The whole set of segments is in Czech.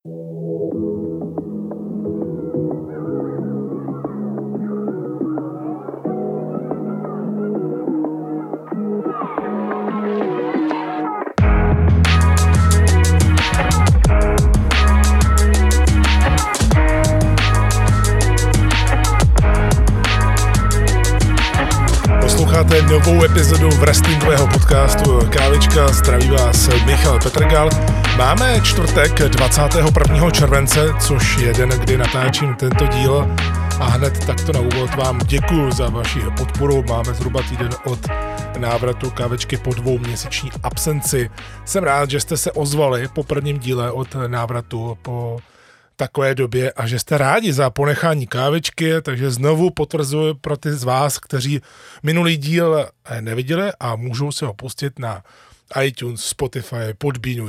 Posloucháte novou epizodu wrestlingového podcastu Kávička, zdraví vás Michal Petrgal. Máme čtvrtek 21. července, což je den, kdy natáčím tento díl a hned takto na úvod vám děkuju za vaši podporu. Máme zhruba týden od návratu Kávičky po 2měsíční absenci. Jsem rád, že jste se ozvali po prvním díle od návratu po takové době a že jste rádi za ponechání Kávičky, takže znovu potvrzuji pro ty z vás, kteří minulý díl neviděli a můžou se ho pustit na iTunes, Spotify, Podbeanu,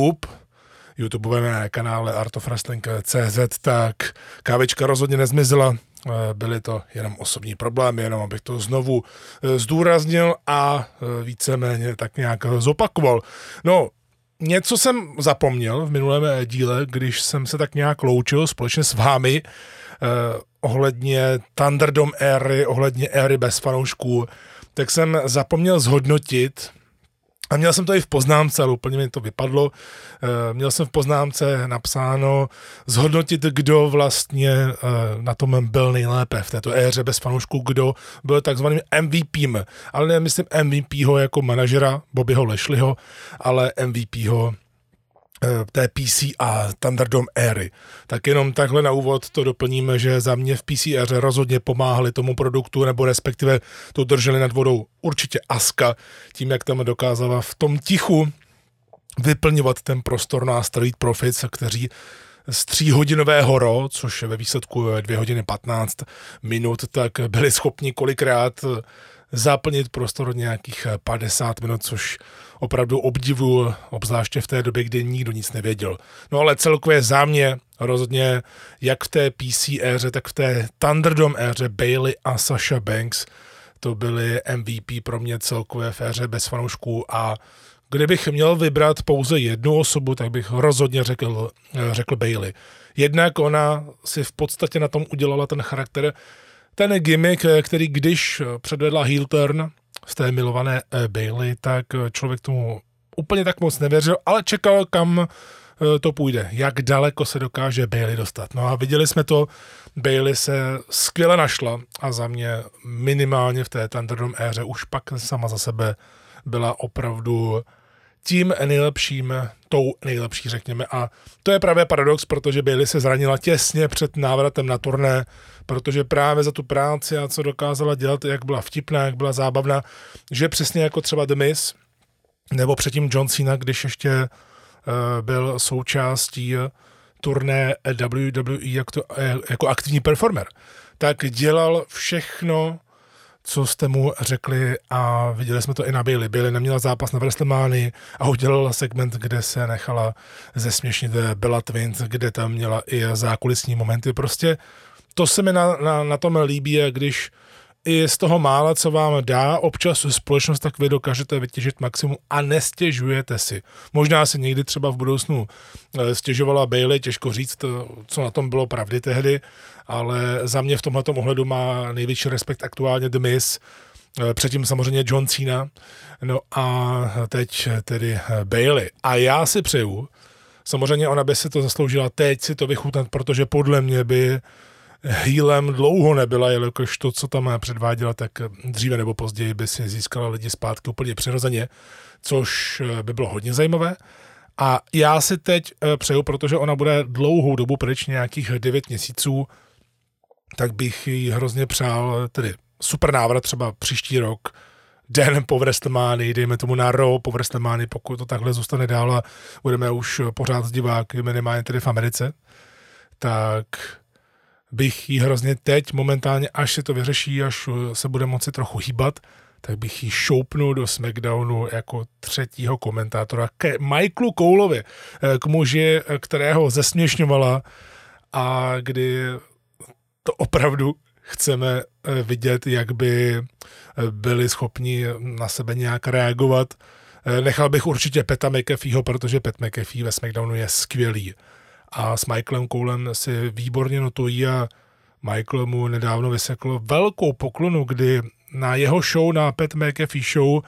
YouTubeovém kanále artofwrestling.cz, tak Kávička rozhodně nezmizela. Byly to jenom osobní problémy, jenom abych to znovu zdůraznil a víceméně tak nějak zopakoval. No, něco jsem zapomněl v minulém díle, když jsem se tak nějak loučil společně s vámi ohledně Thunderdome éry, ohledně éry bez fanoušků, tak jsem zapomněl zhodnotit, a měl jsem to i v poznámce, ale úplně mi to vypadlo, měl jsem v poznámce napsáno zhodnotit, kdo vlastně na tom byl nejlépe v této éře bez fanoušků, kdo byl takzvaným MVPem, ale nemyslím MVPho jako manažera Bobbyho Lashleyho, ale MVPho té PC a Thunderdome éry. Tak jenom takhle na úvod to doplním, že za mě v PC éře rozhodně pomáhali tomu produktu, nebo respektive to drželi nad vodou určitě Asuka, tím jak tam dokázala v tom tichu vyplňovat ten prostor na Street Profits, kteří z 3hodinového Raw, což je ve výsledku 2 hodiny 15 minut, tak byli schopni kolikrát zaplnit prostor nějakých 50 minut, což opravdu obdivuju, obzvláště v té době, kdy nikdo nic nevěděl. No ale celkově za mě rozhodně jak v té PC éře, tak v té Thunderdome éře Bayley a Sasha Banks to byly MVP pro mě celkově v éře bez fanoušků a kdybych měl vybrat pouze jednu osobu, tak bych rozhodně řekl Bayley. Jednak ona si v podstatě na tom udělala ten charakter, ten gimmick, který když předvedla heel turn z té milované Bayley, tak člověk tomu úplně tak moc nevěřil, ale čekal, kam to půjde, jak daleko se dokáže Bayley dostat. No a viděli jsme to, Bayley se skvěle našla a za mě minimálně v té Thunderdome éře už pak sama za sebe byla opravdu tím nejlepším, tou nejlepší řekněme a to je právě paradox, protože Bayley se zranila těsně před návratem na turné, protože právě za tu práci a co dokázala dělat, jak byla vtipná, jak byla zábavná, že přesně jako třeba The Miz, nebo předtím John Cena, když ještě byl součástí turné WWE jako aktivní performer, tak dělal všechno, co jste mu řekli a viděli jsme to i na Bayley. Bayley neměla zápas na WrestleManii a udělala segment, kde se nechala zesměšnit Bella Twins, kde tam měla i zákulisní momenty. Prostě to se mi na tom líbí, když i z toho mála, co vám dá občas společnost, tak vy dokážete vytěžit maximum a nestěžujete si. Možná si někdy třeba v budoucnu stěžovala Bayley, těžko říct, co na tom bylo pravdy tehdy, ale za mě v tomhletom ohledu má největší respekt aktuálně The Miz, předtím samozřejmě John Cena, no a teď tedy Bayley. A já si přeju, samozřejmě ona by si to zasloužila teď si to vychutnat, protože podle mě by heelem dlouho nebyla, jelikož to, co tam předváděla, tak dříve nebo později by si získala lidi zpátky úplně přirozeně, což by bylo hodně zajímavé. A já si teď přeju, protože ona bude dlouhou dobu pryč, nějakých 9 měsíců, tak bych jí hrozně přál, tedy super návrat třeba příští rok, den po WrestleManii, dejme tomu na Raw po WrestleManii, pokud to takhle zůstane dál a budeme už pořád s diváky, minimálně tedy v Americe, tak bych jí hrozně teď momentálně, až se to vyřeší, až se bude moci trochu hýbat, tak bych jí šoupnul do SmackDownu jako 3. komentátora ke Michaelu Coleovi, k muži, kterého zesměšňovala a kdy to opravdu chceme vidět, jak by byli schopni na sebe nějak reagovat. Nechal bych určitě Peta McAfeeho, protože Pat McAfee ve SmackDownu je skvělý. a s Michaelem Colem si výborně notují a Michael mu nedávno vysekl velkou poklonu, kdy na jeho show, na Pat McAfee show,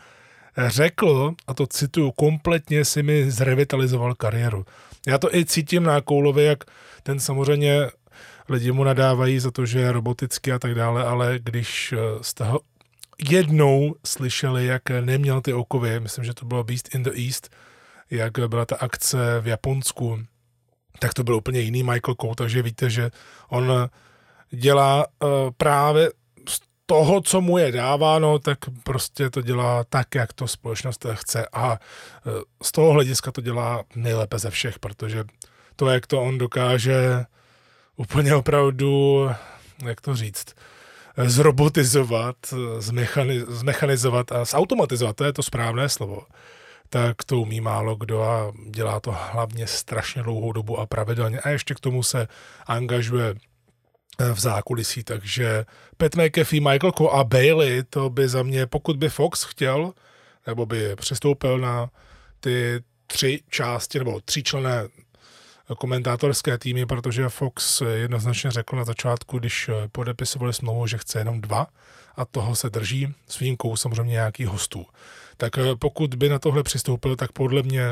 řekl, a to cituju, kompletně si mi zrevitalizoval kariéru. Já to i cítím na Coulovi, jak ten samozřejmě lidi mu nadávají za to, že je robotický a tak dále, ale když jste ho jednou slyšeli, jak neměl ty okovy, myslím, že to bylo Beast in the East, jak byla ta akce v Japonsku, tak to byl úplně jiný Michael Cole, takže víte, že on dělá právě z toho, co mu je dáváno, tak prostě to dělá tak, jak to společnost chce a z toho hlediska to dělá nejlépe ze všech, protože to, jak to on dokáže úplně opravdu, jak to říct, zrobotizovat, zmechanizovat a zautomatizovat, to je to správné slovo, tak to umí málo kdo a dělá to hlavně strašně dlouhou dobu a pravidelně a ještě k tomu se angažuje v zákulisí, takže Pat McAfee, Michael Cole a Bailey, to by za mě, pokud by Fox chtěl, nebo by přistoupil na ty 3 části, nebo 3členné komentátorské týmy, protože Fox jednoznačně řekl na začátku, když podepisovali smlouvu, že chce jenom 2 a toho se drží s výjimkou samozřejmě nějakých hostů. Tak pokud by na tohle přistoupil, tak podle mě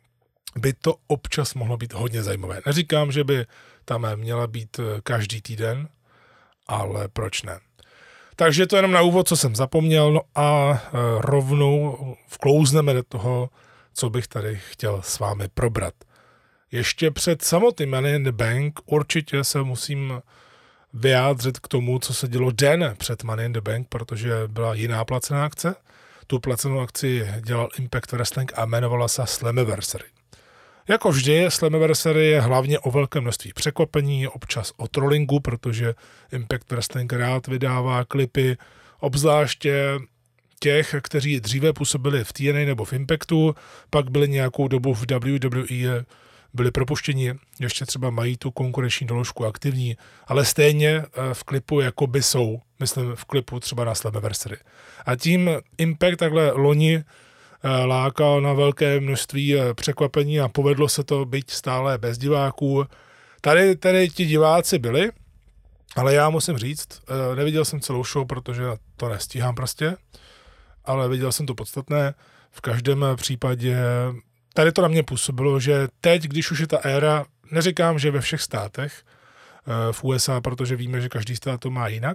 by to občas mohlo být hodně zajímavé. Neříkám, že by tam měla být každý týden, ale proč ne. Takže to jenom na úvod, co jsem zapomněl, no a rovnou vklouzneme do toho, co bych tady chtěl s vámi probrat. Ještě před samotným Money in the Bank určitě se musím vyjádřit k tomu, co se dělo den před Money in the Bank, protože byla jiná placená akce. Tu placenou akci dělal Impact Wrestling a jmenovala se Slammiversary. Jako vždy, Slammiversary je hlavně o velkém množství překvapení, občas o trollingu, protože Impact Wrestling rád vydává klipy, obzvláště těch, kteří dříve působili v TNA nebo v Impactu, pak byli nějakou dobu v WWE, byli propuštěni, ještě třeba mají tu konkurenční doložku aktivní, ale stejně v klipu jakoby jsou, myslím v klipu třeba na Slammiversary. A tím Impact takhle loni lákal na velké množství překvapení a povedlo se to, byť stále bez diváků. Tady ti diváci byli, ale já musím říct, neviděl jsem celou show, protože to nestíhám prostě, ale viděl jsem to podstatné. V každém případě tady to na mě působilo, že teď, když už je ta éra, neříkám, že ve všech státech v USA, protože víme, že každý stát to má jinak,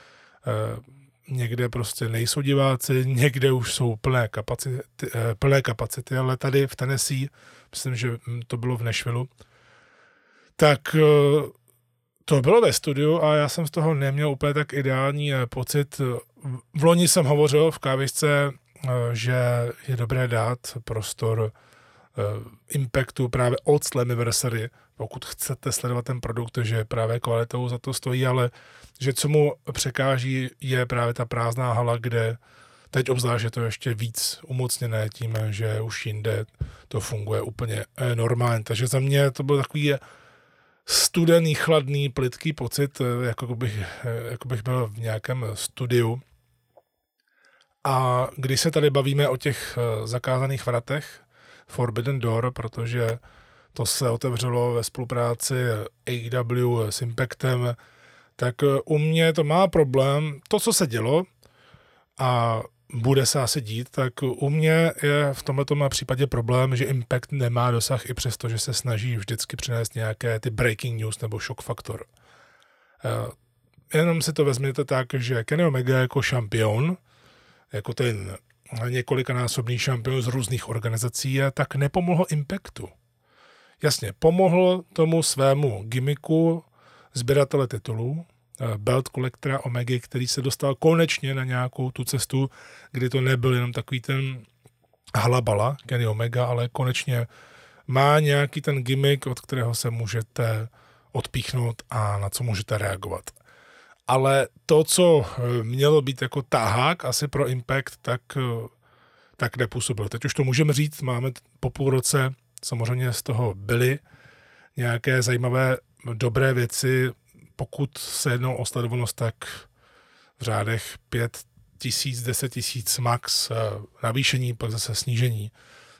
někde prostě nejsou diváci, někde už jsou plné kapacity, ale tady v Tennessee, myslím, že to bylo v Nashvilleu, tak to bylo ve studiu a já jsem z toho neměl úplně tak ideální pocit. V loni jsem hovořil v kávisce, že je dobré dát prostor Impactu právě od Slammiversary, pokud chcete sledovat ten produkt, že právě kvalitou za to stojí, ale že co mu překáží je právě ta prázdná hala, kde teď obzvlášť je to ještě víc umocněné tím, že už jinde to funguje úplně normálně. Takže za mě to byl takový studený, chladný, plytký pocit, jako bych byl v nějakém studiu. A když se tady bavíme o těch zakázaných vratech, Forbidden Door, protože to se otevřelo ve spolupráci AEW s Impactem, tak u mě to má problém. To, co se dělo a bude se asi dít, tak u mě je v tomto případě problém, že Impact nemá dosah i přesto, že se snaží vždycky přinést nějaké ty breaking news nebo shock faktor. Jenom si to vezměte tak, že Kenny Omega jako šampion, jako ten několikanásobný šampion z různých organizací, tak nepomohl Impactu. Jasně, pomohl tomu svému gimmicku sběratele titulů, belt kolektora Omegy, který se dostal konečně na nějakou tu cestu, kdy to nebyl jenom takový ten halabala Kenny Omega, ale konečně má nějaký ten gimmick, od kterého se můžete odpíchnout a na co můžete reagovat. Ale to, co mělo být jako tahák asi pro Impact, tak nepůsobilo. Teď už to můžeme říct, máme po půl roce, samozřejmě z toho byly nějaké zajímavé, dobré věci. Pokud se jednou o sledovanost, tak v řádech 5 000, 10 000 max navýšení, pak zase snížení.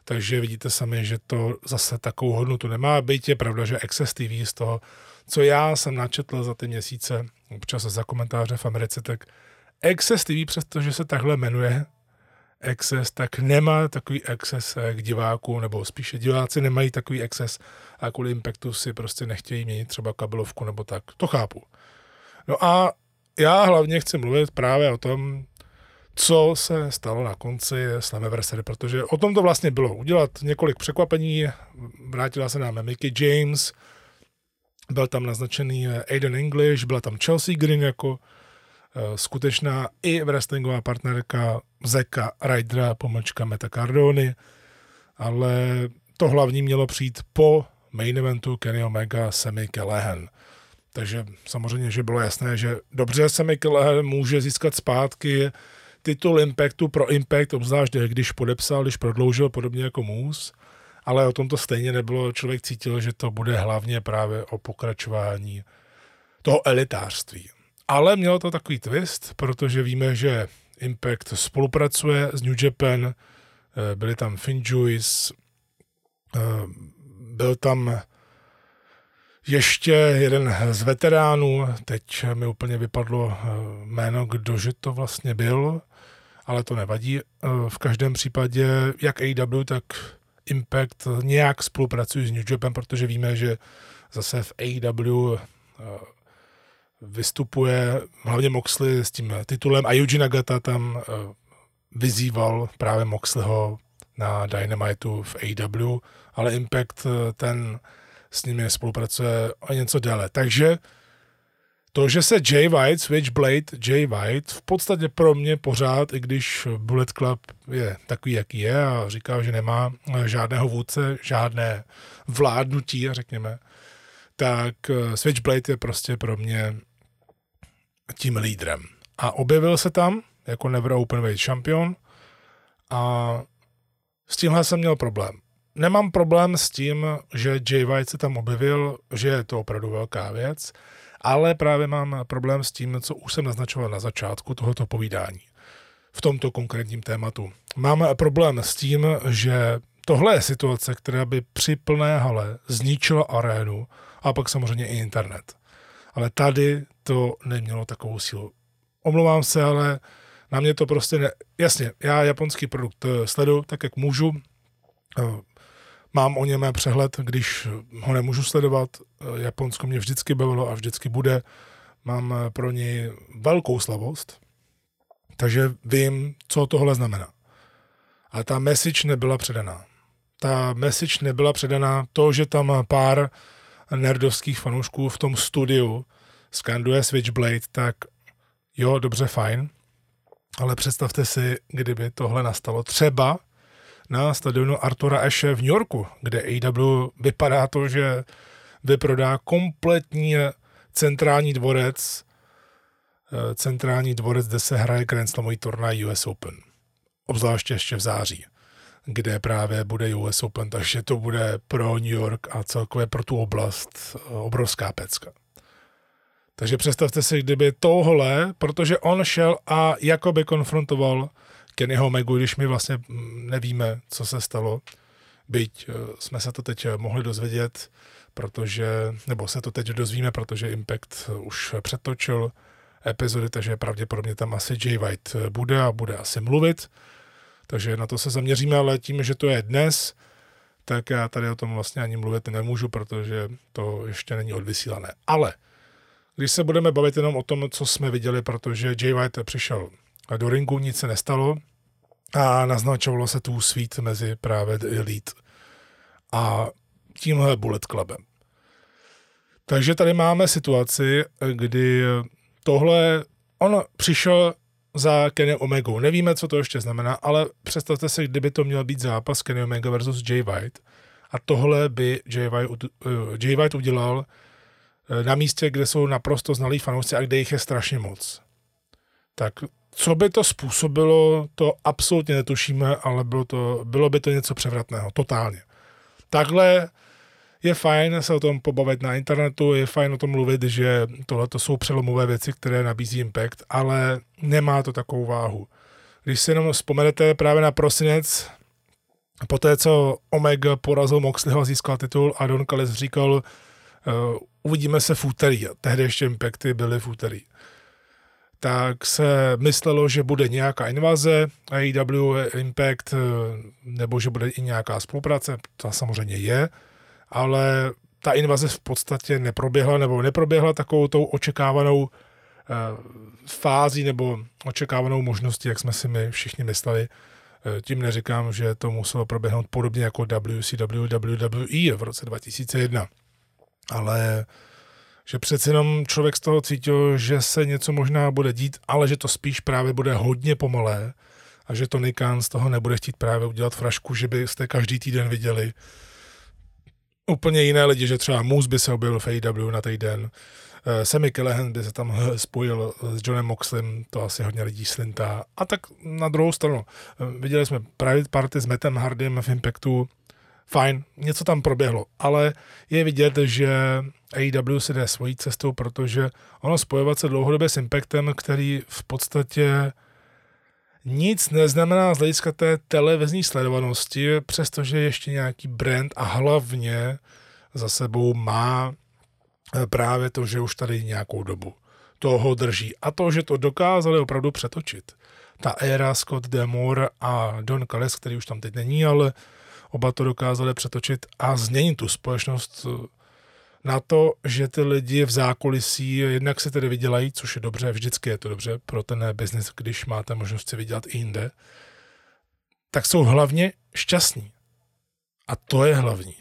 takže vidíte sami, že to zase takovou hodnotu nemá. Byť je pravda, že Access TV z toho, co já jsem načetl za ty měsíce, občas za komentáře v Americe, tak Access TV, přestože se takhle jmenuje Access, tak nemá takový access k divákům, nebo spíše diváci nemají takový access a kvůli Impactu si prostě nechtějí měnit třeba kabelovku nebo tak. To chápu. No a já hlavně chci mluvit právě o tom, co se stalo na konci Slammiversary, protože o tom to vlastně bylo. Udělat několik překvapení, vrátila se nám Mickie James, byl tam naznačený Aiden English, byla tam Chelsea Green jako skutečná i wrestlingová partnerka Zacka Rydera, pomlčka Meta Cardony, ale to hlavní mělo přijít po main eventu Kenny Omega, Sami Callihan. Takže samozřejmě, že bylo jasné, že dobře Sami Callihan může získat zpátky titul Impactu pro Impact, obzvlášť když prodloužil podobně jako Moose, ale o tom to stejně nebylo. Člověk cítil, že to bude hlavně právě o pokračování toho elitářství. Ale mělo to takový twist, protože víme, že Impact spolupracuje s New Japan, byli tam Finn Juice, byl tam ještě jeden z veteránů, teď mi úplně vypadlo jméno, kdože to vlastně byl, ale to nevadí. V každém případě jak AEW, tak Impact nějak spolupracují s New Japan, protože víme, že zase v AEW vystupuje hlavně Moxley s tím titulem a Yuji Nagata tam vyzýval právě Moxleyho na Dynamitu v AEW, ale Impact ten s nimi spolupracuje o něco déle. Takže to, že se Jay White, Switchblade Jay White, v podstatě pro mě pořád, i když Bullet Club je takový, jaký je a říká, že nemá žádného vůdce, žádné vládnutí, řekněme, tak Switchblade je prostě pro mě tím lídrem. A objevil se tam jako Never Openweight šampion a s tímhle jsem měl problém. Nemám problém s tím, že Jay White se tam objevil, že je to opravdu velká věc, ale právě mám problém s tím, co už jsem naznačoval na začátku tohoto povídání. V tomto konkrétním tématu. Mám problém s tím, že tohle je situace, která by při plné hale zničila arénu a pak samozřejmě i internet. Ale tady to nemělo takovou sílu. Omlouvám se, ale na mě to prostě ne... Jasně, já japonský produkt sleduju tak, jak můžu. Mám o něm přehled, když ho nemůžu sledovat. Japonsko mě vždycky bavilo a vždycky bude. Mám pro něj velkou slavost, takže vím, co tohle znamená. Ale ta message nebyla předaná. Ta message nebyla předaná, to, že tam pár nerdovských fanoušků v tom studiu skanduje Switchblade, tak jo, dobře, fajn, ale představte si, kdyby tohle nastalo třeba na stadionu Artura Ashe v New Yorku, kde AEW vypadá to, že vyprodá kompletní centrální dvorec, kde se hraje Grand Slamový turnaj US Open. Obzvláště ještě v září, kde právě bude US Open, takže to bude pro New York a celkově pro tu oblast obrovská pecka. Takže představte si, kdyby tohle, protože on šel a jakoby konfrontoval Kennyho Omegu, když my vlastně nevíme, co se stalo, byť jsme se to teď mohli dozvědět, nebo se to teď dozvíme, protože Impact už přetočil epizody, takže pravděpodobně tam asi Jay White bude a bude asi mluvit, takže na to se zaměříme, ale tím, že to je dnes, tak já tady o tom vlastně ani mluvit nemůžu, protože to ještě není odvysílané. Ale když se budeme bavit jenom o tom, co jsme viděli, protože Jay White přišel do ringu, nic se nestalo a naznačovalo se tu svít mezi právě The Elite a tímhle Bullet Clubem. Takže tady máme situaci, kdy on přišel za Kenny Omegou. Nevíme, co to ještě znamená, ale představte si, kdyby to měl být zápas Kenny Omega versus Jay White a tohle by Jay White udělal na místě, kde jsou naprosto znalí fanoušci a kde jich je strašně moc. Tak co by to způsobilo, to absolutně netušíme, ale bylo by to něco převratného, totálně. Takhle je fajn se o tom pobavit na internetu, je fajn o tom mluvit, že tohle jsou přelomové věci, které nabízí Impact, ale nemá to takovou váhu. Když si jenom vzpomenete právě na prosinec Poté, co Omega porazil Moxleyho a získal titul a Don Callis říkal, uvidíme se v úterý. Tehdy ještě Impacty byly v úterý. Tak se myslelo, že bude nějaká invaze AEW Impact, nebo že bude i nějaká spolupráce, to samozřejmě je, ale ta invaze v podstatě neproběhla takovou tou očekávanou fází nebo očekávanou možností, jak jsme si my všichni mysleli. Tím neříkám, že to muselo proběhnout podobně jako WCW, WWE v roce 2001. Ale že přeci jenom člověk z toho cítil, že se něco možná bude dít, ale že to spíš právě bude hodně pomalé a že Tony Khan z toho nebude chtít právě udělat frašku, že byste každý týden viděli úplně jiné lidi, že třeba Moose by se objevil v AEW na týden, Sami Callihan by se tam spojil s Johnem Moxleym, to asi hodně lidí slintá. A tak na druhou stranu, viděli jsme Private Party s Mattem Hardym v Impactu, fajn, něco tam proběhlo, ale je vidět, že AEW si jde svojí cestou, protože ono spojovat se dlouhodobě s Impactem, který v podstatě nic neznamená z hlediska té televizní sledovanosti, přestože ještě nějaký brand a hlavně za sebou má právě to, že už tady nějakou dobu toho drží. A to, že to dokázali opravdu přetočit. Ta éra Scott D'Amore a Don Callis, který už tam teď není, ale oba to dokázali přetočit a změnit tu společnost na to, že ty lidi v zákulisí jednak si tedy vydělají, což je dobře, vždycky je to dobře pro ten biznis, když máte možnost si vydělat i jinde, tak jsou hlavně šťastní. A to je hlavní.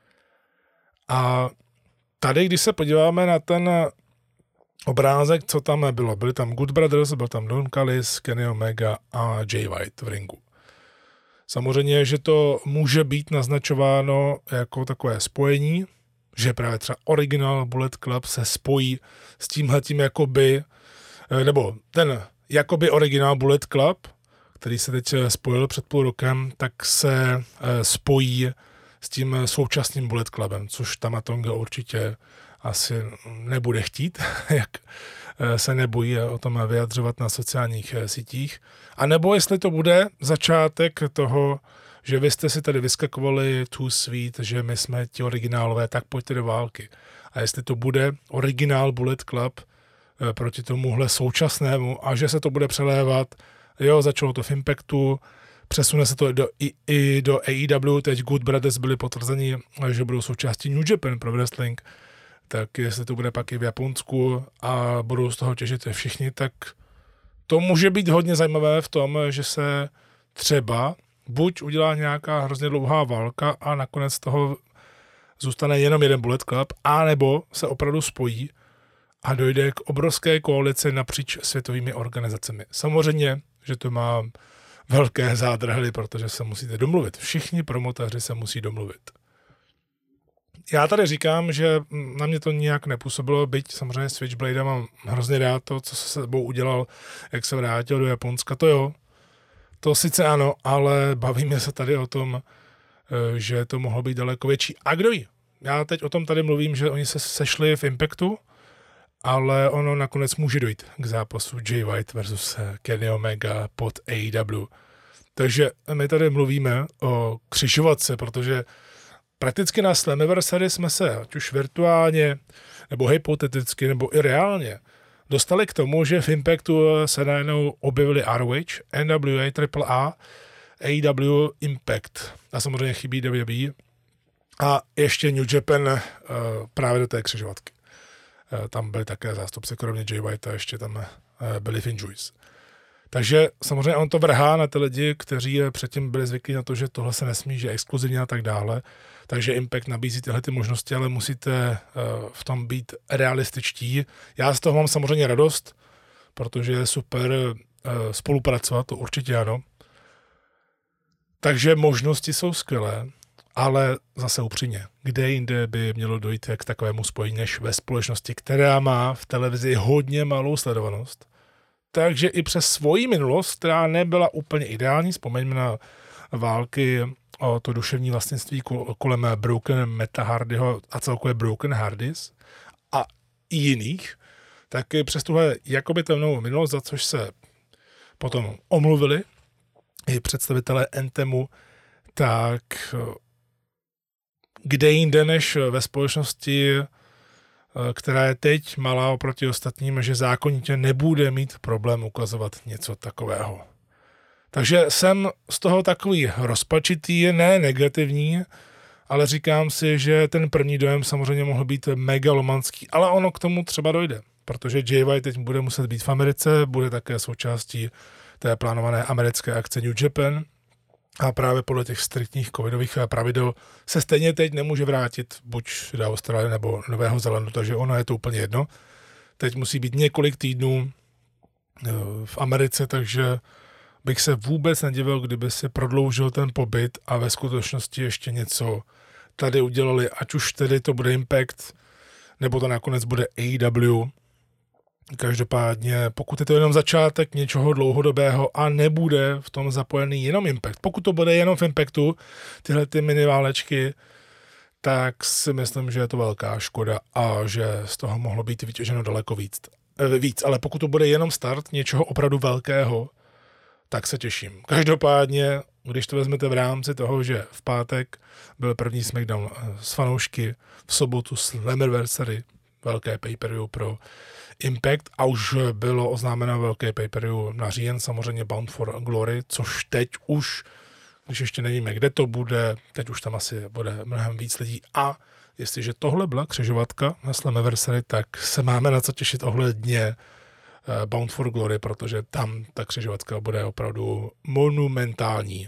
A tady, když se podíváme na ten obrázek, co tam bylo, byli tam Good Brothers, byl tam Don Callis, Kenny Omega a Jay White v ringu. Samozřejmě, že to může být naznačováno jako takové spojení, že právě třeba Original Bullet Club se spojí s tímhletím jakoby, nebo ten jakoby Original Bullet Club, který se teď spojil před půl rokem, tak se spojí s tím současným Bullet Clubem, což Tamatonga určitě asi nebude chtít, jak se nebojí o tom vyjadřovat na sociálních sítích. A nebo jestli to bude začátek toho, že vy jste si tady vyskakovali Too Sweet, že my jsme ti originálové, tak pojďte do války. A jestli to bude originál Bullet Club proti tomuhle současnému a že se to bude přelévat, jo, začalo to v Impactu, přesune se to i do AEW, teď Good Brothers byli potvrzeni, že budou součástí New Japan Pro Wrestling, tak jestli to bude pak i v Japonsku a budou z toho těžit všichni, tak to může být hodně zajímavé v tom, že se třeba buď udělá nějaká hrozně dlouhá válka a nakonec z toho zůstane jenom jeden Bullet Club, anebo se opravdu spojí a dojde k obrovské koalici napříč světovými organizacemi. Samozřejmě, že to má velké zádrhely, protože se musíte domluvit. Všichni promotéři se musí domluvit. Já tady říkám, že na mě to nijak nepůsobilo, byť samozřejmě Switchblade mám hrozně rád to, co se sebou udělal, jak se vrátil do Japonska, to jo. To sice ano, ale bavíme se tady o tom, že to mohlo být daleko větší. A kdo ví? Já teď o tom tady mluvím, že oni se sešli v Impactu, ale ono nakonec může dojít k zápasu Jay White versus Kenny Omega pod AEW. Takže my tady mluvíme o křižovatce, protože prakticky na Slammiversary jsme se, ať už virtuálně, nebo hypoteticky, nebo i reálně, dostali k tomu, že v Impactu se najednou objevili ROH, NWA, AAA, AEW, Impact. A samozřejmě chybí WWE. A ještě New Japan právě do té křižovatky. Tam byli také zástupci, kromě Jay White, a ještě tam byli Finn Juice. Takže samozřejmě on to vrhá na ty lidi, kteří předtím byli zvyklí na to, že tohle se nesmí, že je exkluzivní a tak dále. Takže Impact nabízí tyhle ty možnosti, ale musíte v tom být realističtí. Já z toho mám samozřejmě radost, protože je super spolupracovat, to určitě ano. Takže možnosti jsou skvělé, ale zase upřímně, kde jinde by mělo dojít k takovému spojení, než ve společnosti, která má v televizi hodně malou sledovanost. Takže i přes svoji minulost, která nebyla úplně ideální, vzpomeňme na války o to duševní vlastnictví kolem Broken Meta Hardyho a celkově Broken Hardys a i jiných, tak i přes tuhle jakoby temnou minulost, za což se potom omluvili i představitelé Anthemu, tak kde jinde než ve společnosti, která je teď malá oproti ostatním, že zákonitě nebude mít problém ukazovat něco takového. Takže jsem z toho takový rozpačitý, ne negativní, ale říkám si, že ten první dojem samozřejmě mohl být megalomanský, ale ono k tomu třeba dojde, protože JY teď bude muset být v Americe, bude také součástí té plánované americké akce New Japan a právě podle těch striktních covidových pravidel se stejně teď nemůže vrátit buď do Austrálie nebo Nového Zélandu, takže ono je to úplně jedno. Teď musí být několik týdnů v Americe, takže bych se vůbec nedivil, kdyby si prodloužil ten pobyt a ve skutečnosti ještě něco tady udělali, ať už tedy to bude Impact, nebo to nakonec bude AEW. Každopádně, pokud je to jenom začátek něčeho dlouhodobého a nebude v tom zapojený jenom Impact, pokud to bude jenom v Impactu, tyhle ty miniválečky, tak si myslím, že je to velká škoda a že z toho mohlo být vytěženo daleko víc. Ale pokud to bude jenom start něčeho opravdu velkého, tak se těším. Každopádně, když to vezmete v rámci toho, že v pátek byl první SmackDown s fanoušky, v sobotu Slammiversary, velké pay-per-view pro Impact a už bylo oznámeno velké pay-per-view na říjen, samozřejmě Bound for Glory, což teď už, když ještě nevíme, kde to bude, teď už tam asi bude mnohem víc lidí a jestliže tohle byla křižovatka na Slammiversary, tak se máme na co těšit ohledně Bound for Glory, protože tam ta křižovatka bude opravdu monumentální.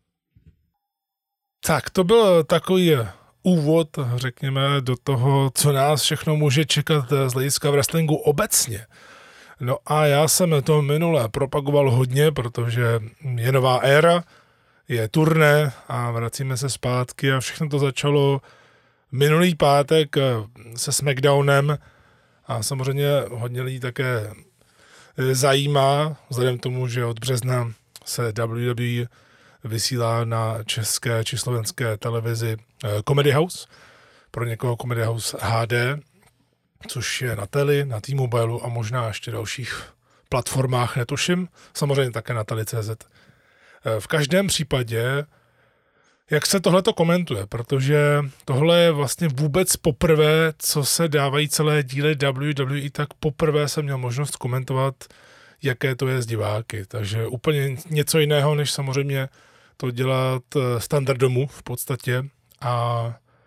Tak, to byl takový úvod, řekněme, do toho, co nás všechno může čekat z hlediska wrestlingu obecně. No a já jsem to minule propagoval hodně, protože je nová éra, je turné a vracíme se zpátky a všechno to začalo minulý pátek se SmackDownem a samozřejmě hodně lidí také zajímá, vzhledem k tomu, že od března se WWE vysílá na české či slovenské televizi Comedy House, pro někoho Comedy House HD, což je na Teli, na T-Mobilu a možná ještě dalších platformách, netuším, samozřejmě také na Teli.cz. V každém případě, jak se tohleto komentuje, protože tohle je vlastně vůbec poprvé, co se dávají celé díly WWE, tak poprvé jsem měl možnost komentovat, jaké to je s diváky. Takže úplně něco jiného, než samozřejmě to dělat standardomu v podstatě. A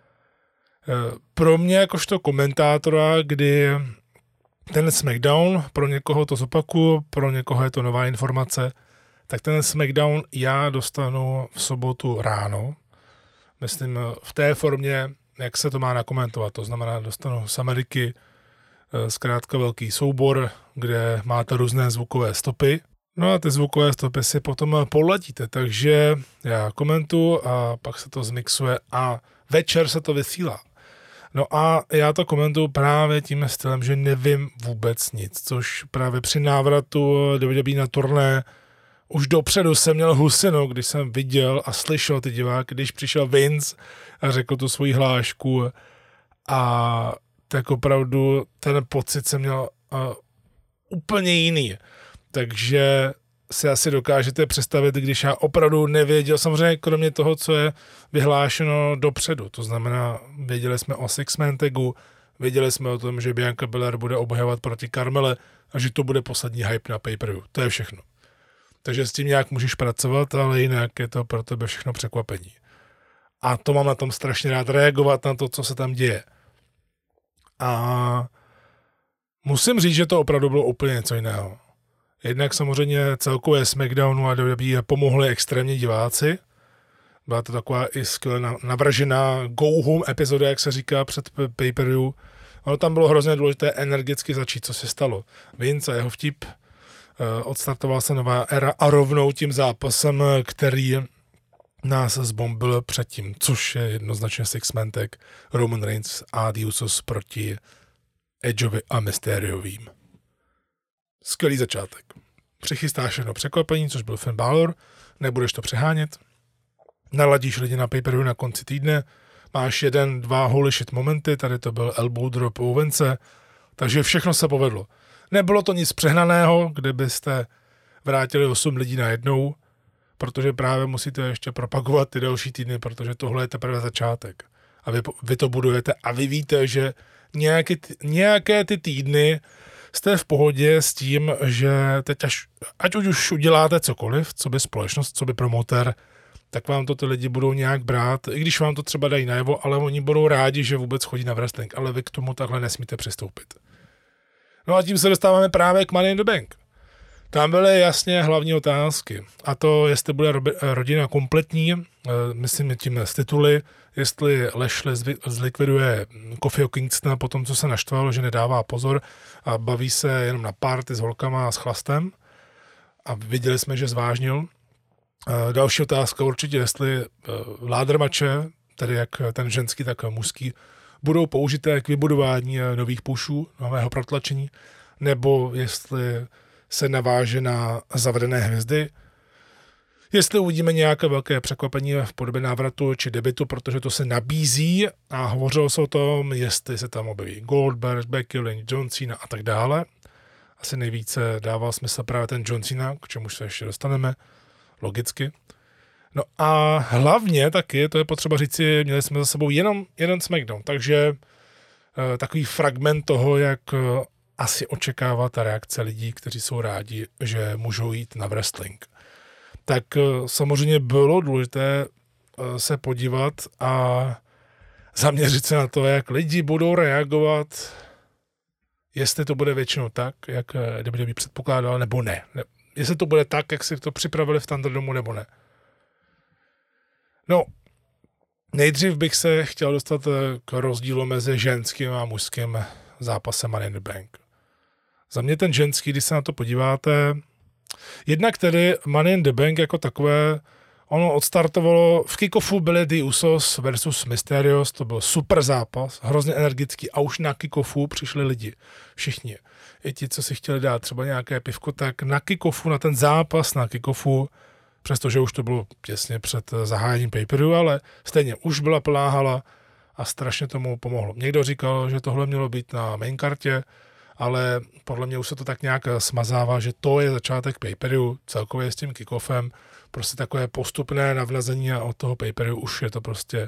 pro mě jakožto komentátora, kdy ten SmackDown, pro někoho to zopakuju, pro někoho je to nová informace, tak ten SmackDown já dostanu v sobotu ráno. Myslím v té formě, jak se to má nakomentovat. To znamená, dostanu z Ameriky zkrátka velký soubor, kde máte různé zvukové stopy. No a ty zvukové stopy si potom poladíte, takže já komentuju a pak se to zmixuje a večer se to vysílá. No a já to komentuju právě tím stylem, že nevím vůbec nic, což právě při návratu WWE na turné už dopředu jsem měl husinu, když jsem viděl a slyšel ty diváky, když přišel Vince a řekl tu svoji hlášku a tak opravdu ten pocit jsem měl úplně jiný. Takže si asi dokážete představit, když já opravdu nevěděl, samozřejmě kromě toho, co je vyhlášeno dopředu. To znamená, věděli jsme o Six-Man tagu, věděli jsme o tom, že Bianca Belair bude obhajovat proti Carmele a že to bude poslední hype na pay-per-view. To je všechno. Takže s tím nějak můžeš pracovat, ale jinak je to pro tebe všechno překvapení. A to mám na tom strašně rád, reagovat na to, co se tam děje. A musím říct, že to opravdu bylo úplně něco jiného. Jednak samozřejmě celkově SmackDownu a WWE pomohli extrémně diváci. Byla to taková i skvěle navržená go-home epizoda, jak se říká před pay-per-view. Ono tam bylo hrozně důležité energicky začít, co se stalo. Vince a jeho vtip, odstartovala se nová éra a rovnou tím zápasem, který nás zbombil předtím, což je jednoznačně Six-Man tag Roman Reigns a The Usos proti Edgeovi a Mysteriovým. Skvělý začátek. Přichystáš jedno překvapení, což byl Finn Balor, nebudeš to přehánět, naladíš lidi na pay-per-view na konci týdne, máš 1-2 holy shit momenty, tady to byl elbow drop Owence, takže všechno se povedlo. Nebylo to nic přehnaného, kde byste vrátili 8 lidí najednou, protože právě musíte ještě propagovat ty další týdny, protože tohle je teprve začátek. A vy to budujete a vy víte, že nějaké ty týdny jste v pohodě s tím, že teď ať už uděláte cokoliv, co by společnost, co by promotér, tak vám to ty lidi budou nějak brát, i když vám to třeba dají najevo, ale oni budou rádi, že vůbec chodí na wrestling, ale vy k tomu takhle nesmíte přistoupit. No a tím se dostáváme právě k Money in the Bank. Tam byly jasně hlavní otázky. A to, jestli bude rodina kompletní, myslím tím z tituly, jestli Lashley zlikviduje Kofiho Kingstona po tom, co se naštval, že nedává pozor a baví se jenom na party s holkama a s chlastem. A viděli jsme, že zvážnil. Další otázka určitě, jestli ladder matche, tedy jak ten ženský, tak mužský, budou použité k vybudování nových pushů, nového protlačení, nebo jestli se naváže na zavedené hvězdy. Jestli uvidíme nějaké velké překvapení v podobě návratu či debutu, protože to se nabízí a hovořilo se o tom, jestli se tam objeví Goldberg, Becky Lynch, John Cena a tak dále. Asi nejvíce dával smysl právě ten John Cena, k čemu se ještě dostaneme, logicky. No a hlavně taky, to je potřeba říci, měli jsme za sebou jenom jeden SmackDown, takže takový fragment toho, jak asi očekávat reakce lidí, kteří jsou rádi, že můžou jít na wrestling. Tak samozřejmě bylo důležité se podívat a zaměřit se na to, jak lidi budou reagovat, jestli to bude většinou tak, jak WWE předpokládal, nebo ne. Jestli to bude tak, jak si to připravili v Thunderdomu, nebo ne. No, nejdřív bych se chtěl dostat k rozdílu mezi ženským a mužským zápasem Money in the Bank. Za mě ten ženský, když se na to podíváte, jednak tedy Money in the Bank jako takové, ono odstartovalo, v kick-offu byly The Usos versus Mysterios, to byl super zápas, hrozně energický a už na kick-offu přišli lidi, všichni. I ti, co si chtěli dát třeba nějaké pivko, tak na kick-offu, na ten zápas na kick-offu, přestože už to bylo těsně před zahájením pay-per-view, ale stejně už byla plná hala a strašně tomu pomohlo. Někdo říkal, že tohle mělo být na main kartě, ale podle mě už se to tak nějak smazává, že to je začátek pay-per-view, celkově s tím kick-offem, prostě takové postupné navnazení a od toho pay-per-view už je to prostě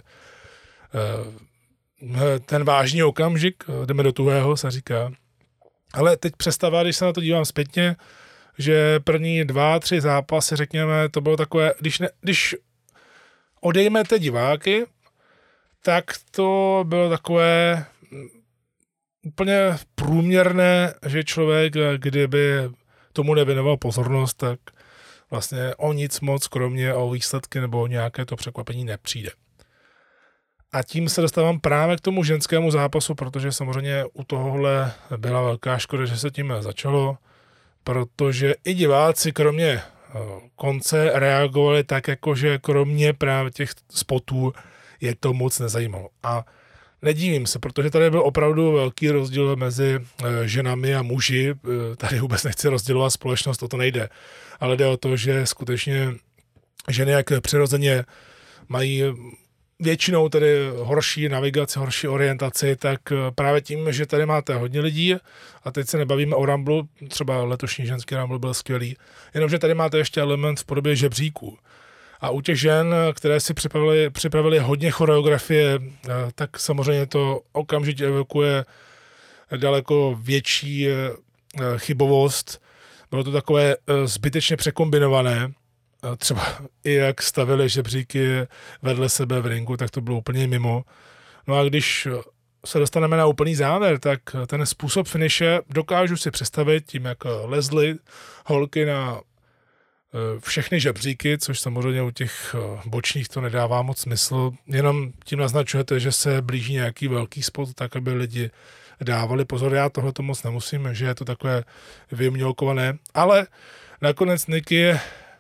ten vážný okamžik, jdeme do tuhého, se říká. Ale teď představa, když se na to dívám zpětně, že první 2-3 zápasy, řekněme, to bylo takové, když odejmete diváky, tak to bylo takové úplně průměrné, že člověk, kdyby tomu nevěnoval pozornost, tak vlastně o nic moc, kromě o výsledky nebo o nějaké to překvapení nepřijde. A tím se dostávám právě k tomu ženskému zápasu, protože samozřejmě u tohohle byla velká škoda, že se tím začalo, protože i diváci kromě konce reagovali tak, jako že kromě právě těch spotů je to moc nezajímalo. A nedívím se, protože tady byl opravdu velký rozdíl mezi ženami a muži. Tady vůbec nechci rozdělovat společnost, o to nejde. Ale jde o to, že skutečně ženy jak přirozeně mají většinou tedy horší navigaci, horší orientaci, tak právě tím, že tady máte hodně lidí, a teď se nebavíme o Rumble, třeba letošní ženský Rumble byl skvělý, jenomže tady máte ještě element v podobě žebříků. A u těch žen, které si připravili hodně choreografie, tak samozřejmě to okamžitě evokuje daleko větší chybovost. Bylo to takové zbytečně překombinované. Třeba i jak stavili žebříky vedle sebe v ringu, tak to bylo úplně mimo. No a když se dostaneme na úplný závěr, tak ten způsob finiše dokážu si představit tím, jak lezly holky na všechny žebříky, což samozřejmě u těch bočních to nedává moc smysl. Jenom tím naznačujete, že se blíží nějaký velký spot, tak aby lidi dávali pozor. Já tohle to moc nemusím, že je to takové vymělkované. Ale nakonec Nikki je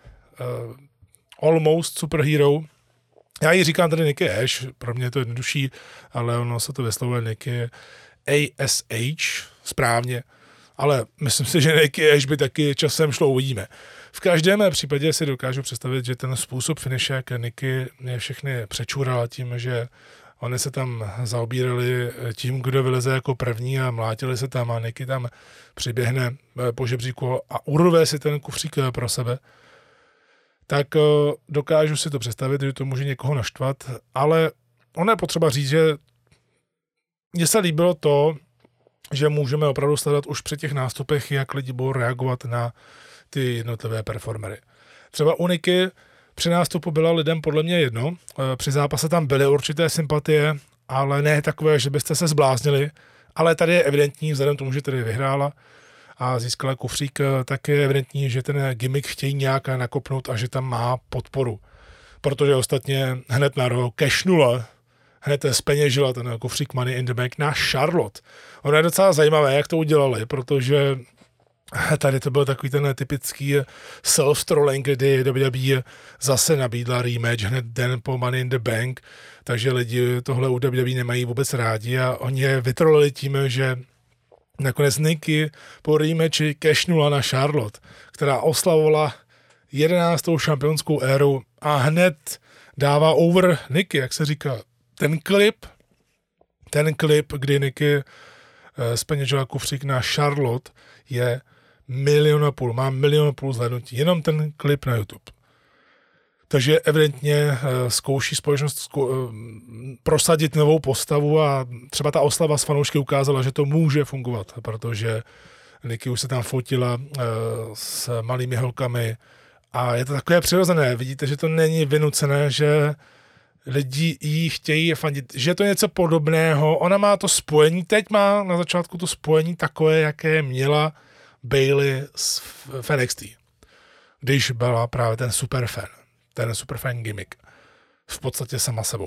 almost superhero. Já ji říkám tady Nikki Ash, pro mě je to jednodušší, ale ono se to vyslovuje Nikki ASH, správně. Ale myslím si, že Nikki Ash by taky časem šlo, uvidíme. V každém případě si dokážu představit, že ten způsob finiše, jak Nikki mě všechny přečurala tím, že oni se tam zaobírali tím, kdo vyleze jako první a mlátili se tam a Nikki tam přiběhne po žebříku a urve si ten kufřík pro sebe. tak dokážu si to představit, že to může někoho naštvat, ale ono je potřeba říct, že mně se líbilo to, že můžeme opravdu sledovat už při těch nástupech, jak lidi budou reagovat na ty jednotlivé performery. Třeba u Niky při nástupu byla lidem podle mě jedno, při zápase tam byly určité sympatie, ale ne takové, že byste se zbláznili, ale tady je evidentní, vzhledem k tomu, že tady vyhrála a získala kufřík, tak je evidentní, že ten gimmick chtějí nějak nakopnout a že tam má podporu. Protože ostatně hned na rok cashnula, hned zpeněžila ten kufřík Money in the Bank na Charlotte. Ono je docela zajímavé, jak to udělali, protože tady to byl takový ten typický self-trolling, kdy WWE zase nabídla rematch hned den po Money in the Bank, takže lidi tohle u WWE nemají vůbec rádi a oni je vytrolili tím, že nakonec Nikki po rematchi cashnula na Charlotte, která oslavovala 11. šampionskou éru a hned dává over Nikki, jak se říká. Ten klip, kdy Nikki zpeněžila kufřík na Charlotte, je 1,5 milionu, má 1,5 milionu zhlédnutí. Jenom ten klip na YouTube. Takže evidentně zkouší společnost prosadit novou postavu a třeba ta oslava s fanoušky ukázala, že to může fungovat, protože Nikki už se tam fotila s malými holkami a je to takové přirozené. Vidíte, že to není vynucené, že lidi jí chtějí fandit, že je to něco podobného. Ona má to spojení, teď má na začátku to spojení takové, jaké měla Bayley v NXT, když byla právě ten superfan gimmick. V podstatě sama sebou.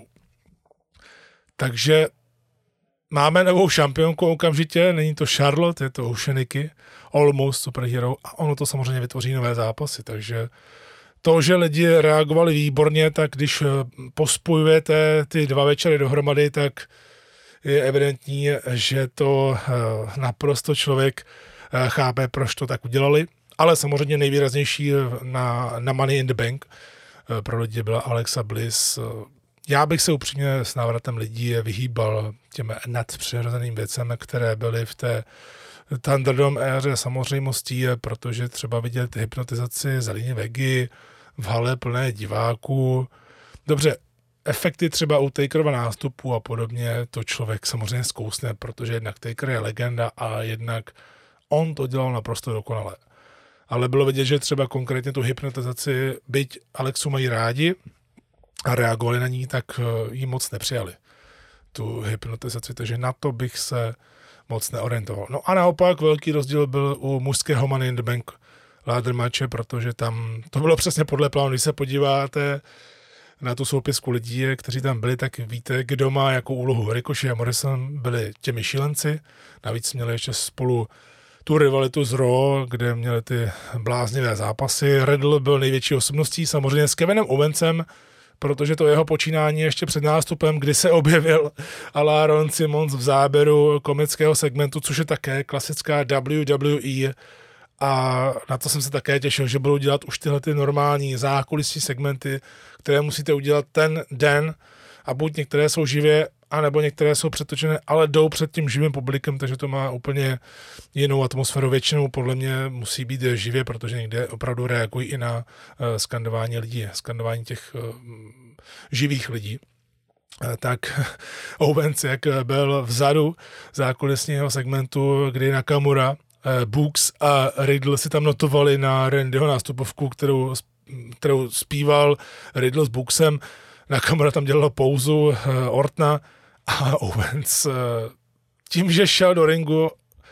Takže máme novou šampionku okamžitě, není to Charlotte, je to už Nikki, Almost Superhero a ono to samozřejmě vytvoří nové zápasy, takže to, že lidi reagovali výborně, tak když pospojujete ty dva večery dohromady, tak je evidentní, že to naprosto člověk chápe, proč to tak udělali. Ale samozřejmě nejvýraznější na Money in the Bank pro lidi byla Alexa Bliss. Já bych se upřímně s návratem lidí vyhýbal těm nadpřirozeným věcem, které byly v té Thunderdome éře samozřejmostí, protože třeba vidět hypnotizaci Zeliny Vegy v hale plné diváků. Dobře, efekty třeba u Takerova nástupu a podobně, to člověk samozřejmě zkousne, protože jednak Taker je legenda a jednak on to dělal naprosto dokonale. Ale bylo vidět, že třeba konkrétně tu hypnotizaci, byť Alexu mají rádi a reagovali na ní, tak ji moc nepřijali. Tu hypnotizaci, takže na to bych se moc neorientoval. No a naopak velký rozdíl byl u mužského Money in the Bank ladder matche, protože tam to bylo přesně podle plánu. Když se podíváte na tu soupisku lidí, kteří tam byli, tak víte, kdo má jakou úlohu. Ricochet a Morrison byli těmi šílenci, navíc měli ještě spolu tu rivalitu z Raw, kde měli ty bláznivé zápasy. Riddle byl největší osobností, samozřejmě s Kevinem Owensem, protože to jeho počínání ještě před nástupem, kdy se objevil ala Ron Simmons v záběru komického segmentu, což je také klasická WWE, a na to jsem se také těšil, že budou dělat už tyhle ty normální zákulisní segmenty, které musíte udělat ten den a buď některé jsou živě, anebo některé jsou přetočené, ale jdou před tím živým publikem, takže to má úplně jinou atmosféru. Většinou podle mě musí být živě, protože někde opravdu reagují i na skandování lidí, skandování těch živých lidí. Tak Owens, jak byl vzadu zákulisního segmentu, kdy Nakamura, Books a Riddle si tam notovali na Randyho nástupovku, kterou zpíval Riddle s Booksem. Nakamura tam dělal pauzu Ortona a Owens tím, že šel do ringu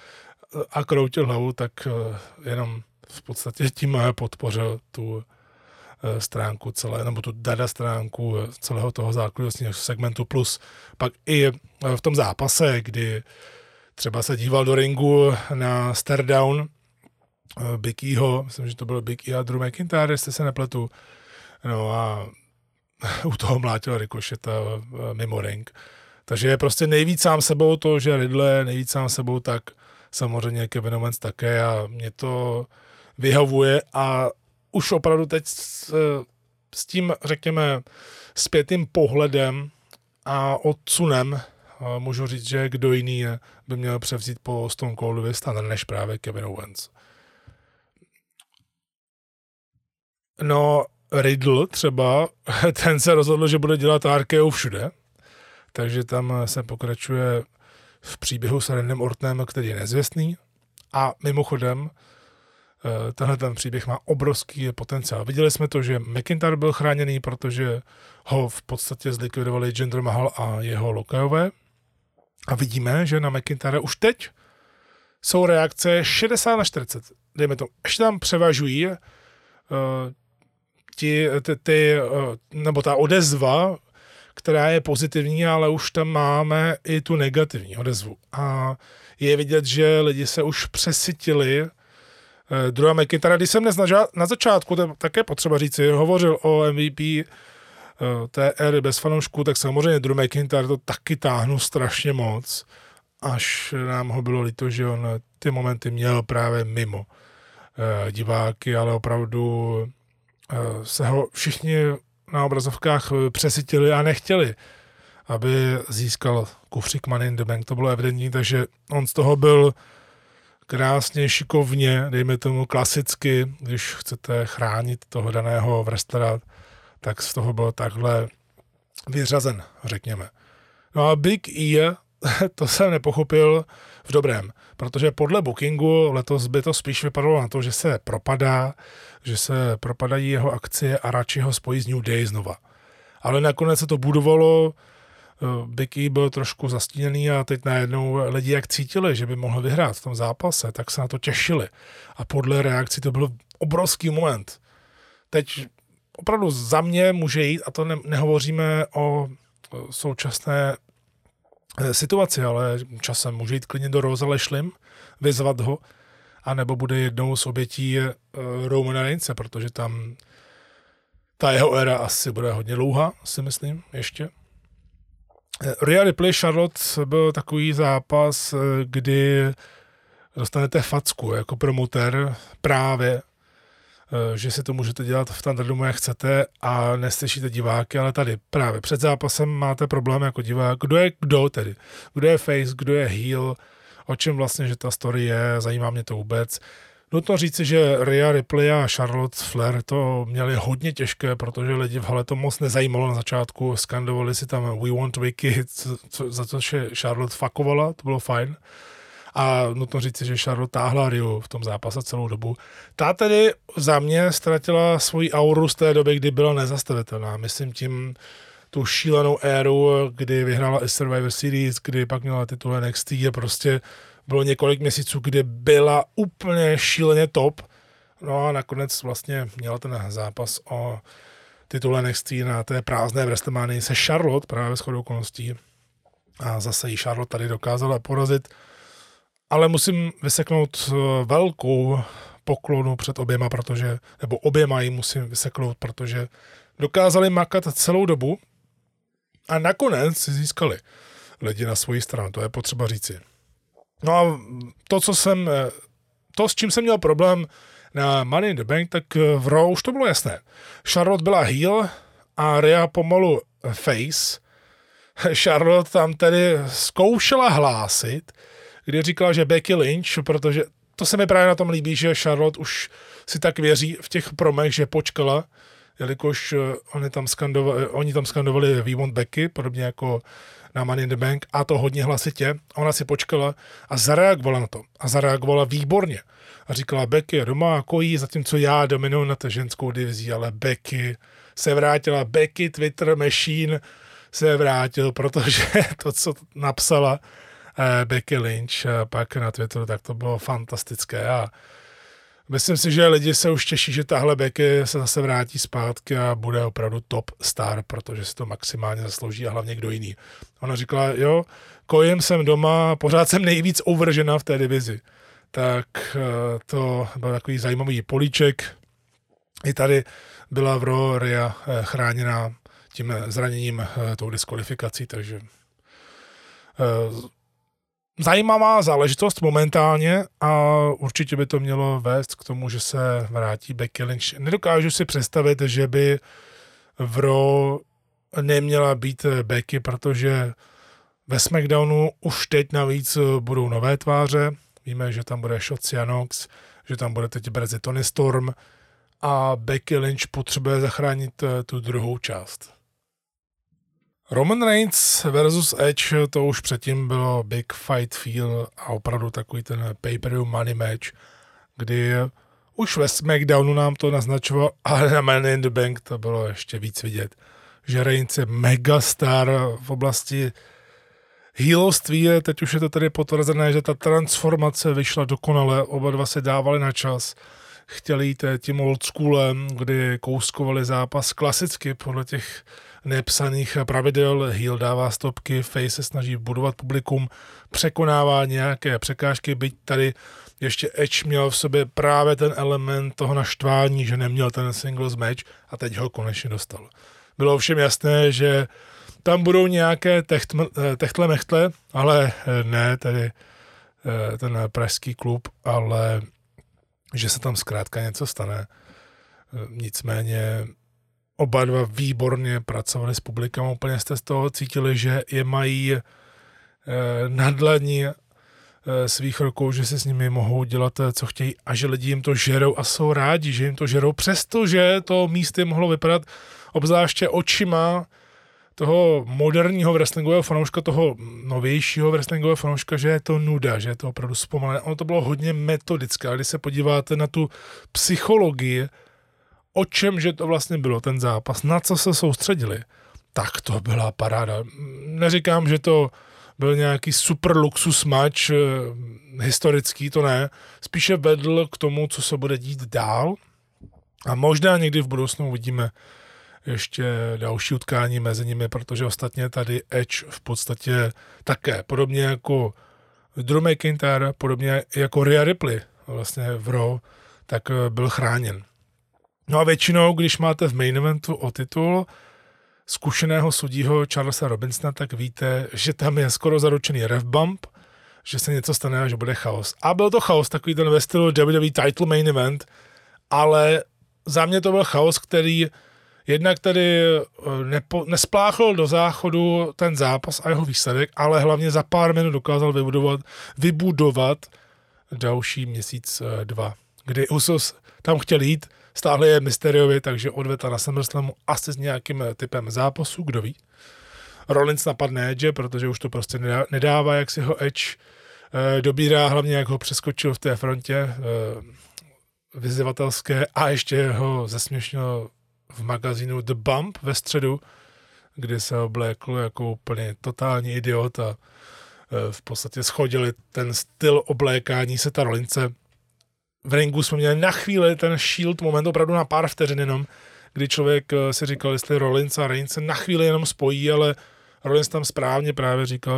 a kroutil hlavu, tak jenom v podstatě tím podpořil tu stránku celé, nebo tu dada stránku celého toho zákulisního segmentu, plus pak i v tom zápase, kdy třeba se díval do ringu na Staredown Big Eho, myslím, že to bylo Big E a Drew McIntyre, jestli se nepletu, no a u toho mlátil Rikošeta mimo ring. Takže je prostě nejvíc sám sebou to, že Riddle je nejvíc sám sebou, tak samozřejmě Kevin Owens také a mě to vyhovuje a už opravdu teď s tím, řekněme, zpětým pohledem a odsunem můžu říct, že kdo jiný by měl převzít po Stone Coldovi standard než právě Kevin Owens. No, Riddle třeba, ten se rozhodl, že bude dělat RKO všude, takže tam se pokračuje v příběhu s Randem Ortonem, který je nezvěstný. A mimochodem, tenhle ten příběh má obrovský potenciál. Viděli jsme to, že McIntyre byl chráněný, protože ho v podstatě zlikvidovali Jinder Mahal a jeho lokajové. A vidíme, že na McIntyre už teď jsou reakce 60-40. Dejme to, ještě tam převažují nebo ta odezva, která je pozitivní, ale už tam máme i tu negativní odezvu. A je vidět, že lidi se už přesytili. Drew McIntyre, když jsem dnes na začátku, to je také potřeba říci, hovořil o MVP té éry bez fanoušků, tak samozřejmě Drew McIntyre to taky táhnu strašně moc, až nám ho bylo líto, že on ty momenty měl právě mimo diváky, ale opravdu se ho všichni na obrazovkách přesytili a nechtěli, aby získal kufřík Money in the Bank. To bylo evidentní, takže on z toho byl krásně, šikovně, dejme tomu klasicky, když chcete chránit toho daného wrestlera, tak z toho byl takhle vyřazen, řekněme. No a Big E, to jsem nepochopil v dobrém, protože podle bookingu letos by to spíš vypadalo na to, že se propadají jeho akcie a radši ho spojí s New Day znova. Ale nakonec se to budovalo, Big E byl trošku zastíněný a teď najednou lidi jak cítili, že by mohl vyhrát v tom zápase, tak se na to těšili. A podle reakcí to byl obrovský moment. Teď opravdu za mě může jít, a to nehovoříme o současné situaci, ale časem může jít klidně do Rosa Lashley, vyzvat ho, anebo bude jednou z obětí Romana Reignse, protože tam ta jeho éra asi bude hodně dlouhá, si myslím, ještě. Rhea Ripley Charlotte byl takový zápas, kdy dostanete facku jako promotér právě, že si to můžete dělat v Thunderdomu, jak chcete a neslyšíte diváky, ale tady právě před zápasem máte problém jako divák. Kdo je kdo tedy? Kdo je face, kdo je heel, o čem vlastně, že ta story je, zajímá mě to vůbec. Nutno říci, že Rhea Ripley a Charlotte Flair to měli hodně těžké, protože lidi v hale to moc nezajímalo na začátku, skandovali si tam We Want Vicky, za to, že Charlotte fakovala, to bylo fajn. A nutno říci, že Charlotte táhla Rheu v tom zápase celou dobu. Ta tedy za mě ztratila svoji auru z té doby, kdy byla nezastavitelná. Myslím tím tu šílenou éru, kdy vyhrála i Survivor Series, kdy pak měla titul NXT a prostě bylo několik měsíců, kdy byla úplně šíleně top. No a nakonec vlastně měla ten zápas o titul NXT na té prázdné WrestleManii se Charlotte, právě shodou okolností. A zase ji Charlotte tady dokázala porazit. Ale musím vyseknout velkou poklonu před oběma, nebo oběma ji musím vyseknout, protože dokázali makat celou dobu a nakonec si získali lidi na svoji stranu, to je potřeba říci. No a to, s čím jsem měl problém na Money in the Bank, tak v Raw už to bylo jasné. Charlotte byla heel a Rhea pomalu face. Charlotte tam tedy zkoušela hlásit, kdy říkala, že Becky Lynch, protože to se mi právě na tom líbí, že Charlotte už si tak věří v těch promech, že počkala, jelikož oni tam skandovali We Want Becky, podobně jako na Money in the Bank, a to hodně hlasitě. Ona si počkala a zareagovala na to. A zareagovala výborně. A říkala, Becky je doma a kojí, zatímco já dominuji na té ženskou divizí, ale Becky se vrátila. Becky Twitter Machine se vrátil, protože to, co napsala Becky Lynch pak na Twitteru, tak to bylo fantastické a myslím si, že lidi se už těší, že tahle Becky se zase vrátí zpátky a bude opravdu top star, protože si to maximálně zaslouží a hlavně kdo jiný. Ona říkala, jo, kojím jsem doma, pořád jsem nejvíc ovržena v té divizi. Tak to byl takový zajímavý políček. I tady byla v Raw Rhea chráněna tím zraněním, tou diskvalifikací, takže zajímavá záležitost momentálně a určitě by to mělo vést k tomu, že se vrátí Becky Lynch. Nedokážu si představit, že by v Raw neměla být Becky, protože ve SmackDownu už teď navíc budou nové tváře. Víme, že tam bude Shotzi Knox, že tam bude teď brzy Toni Storm a Becky Lynch potřebuje zachránit tu druhou část. Roman Reigns versus Edge, to už předtím bylo big fight feel a opravdu takový ten pay-per-view money match, kdy už ve SmackDownu nám to naznačoval, ale na Money in the Bank to bylo ještě víc vidět, že Reigns je megastar v oblasti healoství, teď už je to tady potvrzené, že ta transformace vyšla dokonale, oba dva se dávali na čas, chtěli jít tím old schoolem, kdy kouskovali zápas klasicky podle těch nepsaných pravidel, heel dává stopky, face se snaží budovat publikum, překonává nějaké překážky, byť tady ještě Edge měl v sobě právě ten element toho naštvání, že neměl ten singles match a teď ho konečně dostal. Bylo všem jasné, že tam budou nějaké techtle-mechtle, ale ne tedy ten pražský klub, ale že se tam zkrátka něco stane. Nicméně oba dva výborně pracovali s publikem, úplně jste z toho cítili, že je mají na dlani svých rukou, že si s nimi mohou dělat, co chtějí a že lidi jim to žerou a jsou rádi, že jim to žerou, přestože to místy mohlo vypadat obzvláště očima toho moderního wrestlingového fanouška, toho novějšího wrestlingového fanouška, že je to nuda, že je to opravdu zpomalené. Ono to bylo hodně metodické, ale když se podíváte na tu psychologii, o čem že to vlastně bylo ten zápas, na co se soustředili, tak to byla paráda. Neříkám, že to byl nějaký super luxus match, historický, to ne. Spíše vedl k tomu, co se bude dít dál a možná někdy v budoucnu uvidíme ještě další utkání mezi nimi, protože ostatně tady Edge v podstatě také, podobně jako Drew McIntyre, podobně jako Rhea Ripley vlastně v Raw, tak byl chráněn. No a většinou, když máte v main eventu o titul zkušeného sudího Charlesa Robinsona, tak víte, že tam je skoro zaručený ref bump, že se něco stane a že bude chaos. A byl to chaos, takový ten ve stylu WWE title main event, ale za mě to byl chaos, který jednak tedy nespláchl do záchodu ten zápas a jeho výsledek, ale hlavně za pár minut dokázal vybudovat další měsíc, dva, kdy Usos tam chtěl jít, stáhli je Mysteriovi, takže odveta na SummerSlamu asi s nějakým typem zápasu, kdo ví. Rollins napadne Edge, protože už to prostě nedává, jak si ho Edge dobírá, hlavně jak ho přeskočil v té frontě vyzývatelské a ještě ho zesměšnil v magazínu The Bump ve středu, kdy se oblékl jako úplně totální idiot a v podstatě schodili ten styl oblékání se ta Rollinse. V ringu jsme měli na chvíli ten shield moment, opravdu na pár vteřin jenom, kdy člověk si říkal, jestli Rollins a Reigns se na chvíli jenom spojí, ale Rollins tam správně právě říkal,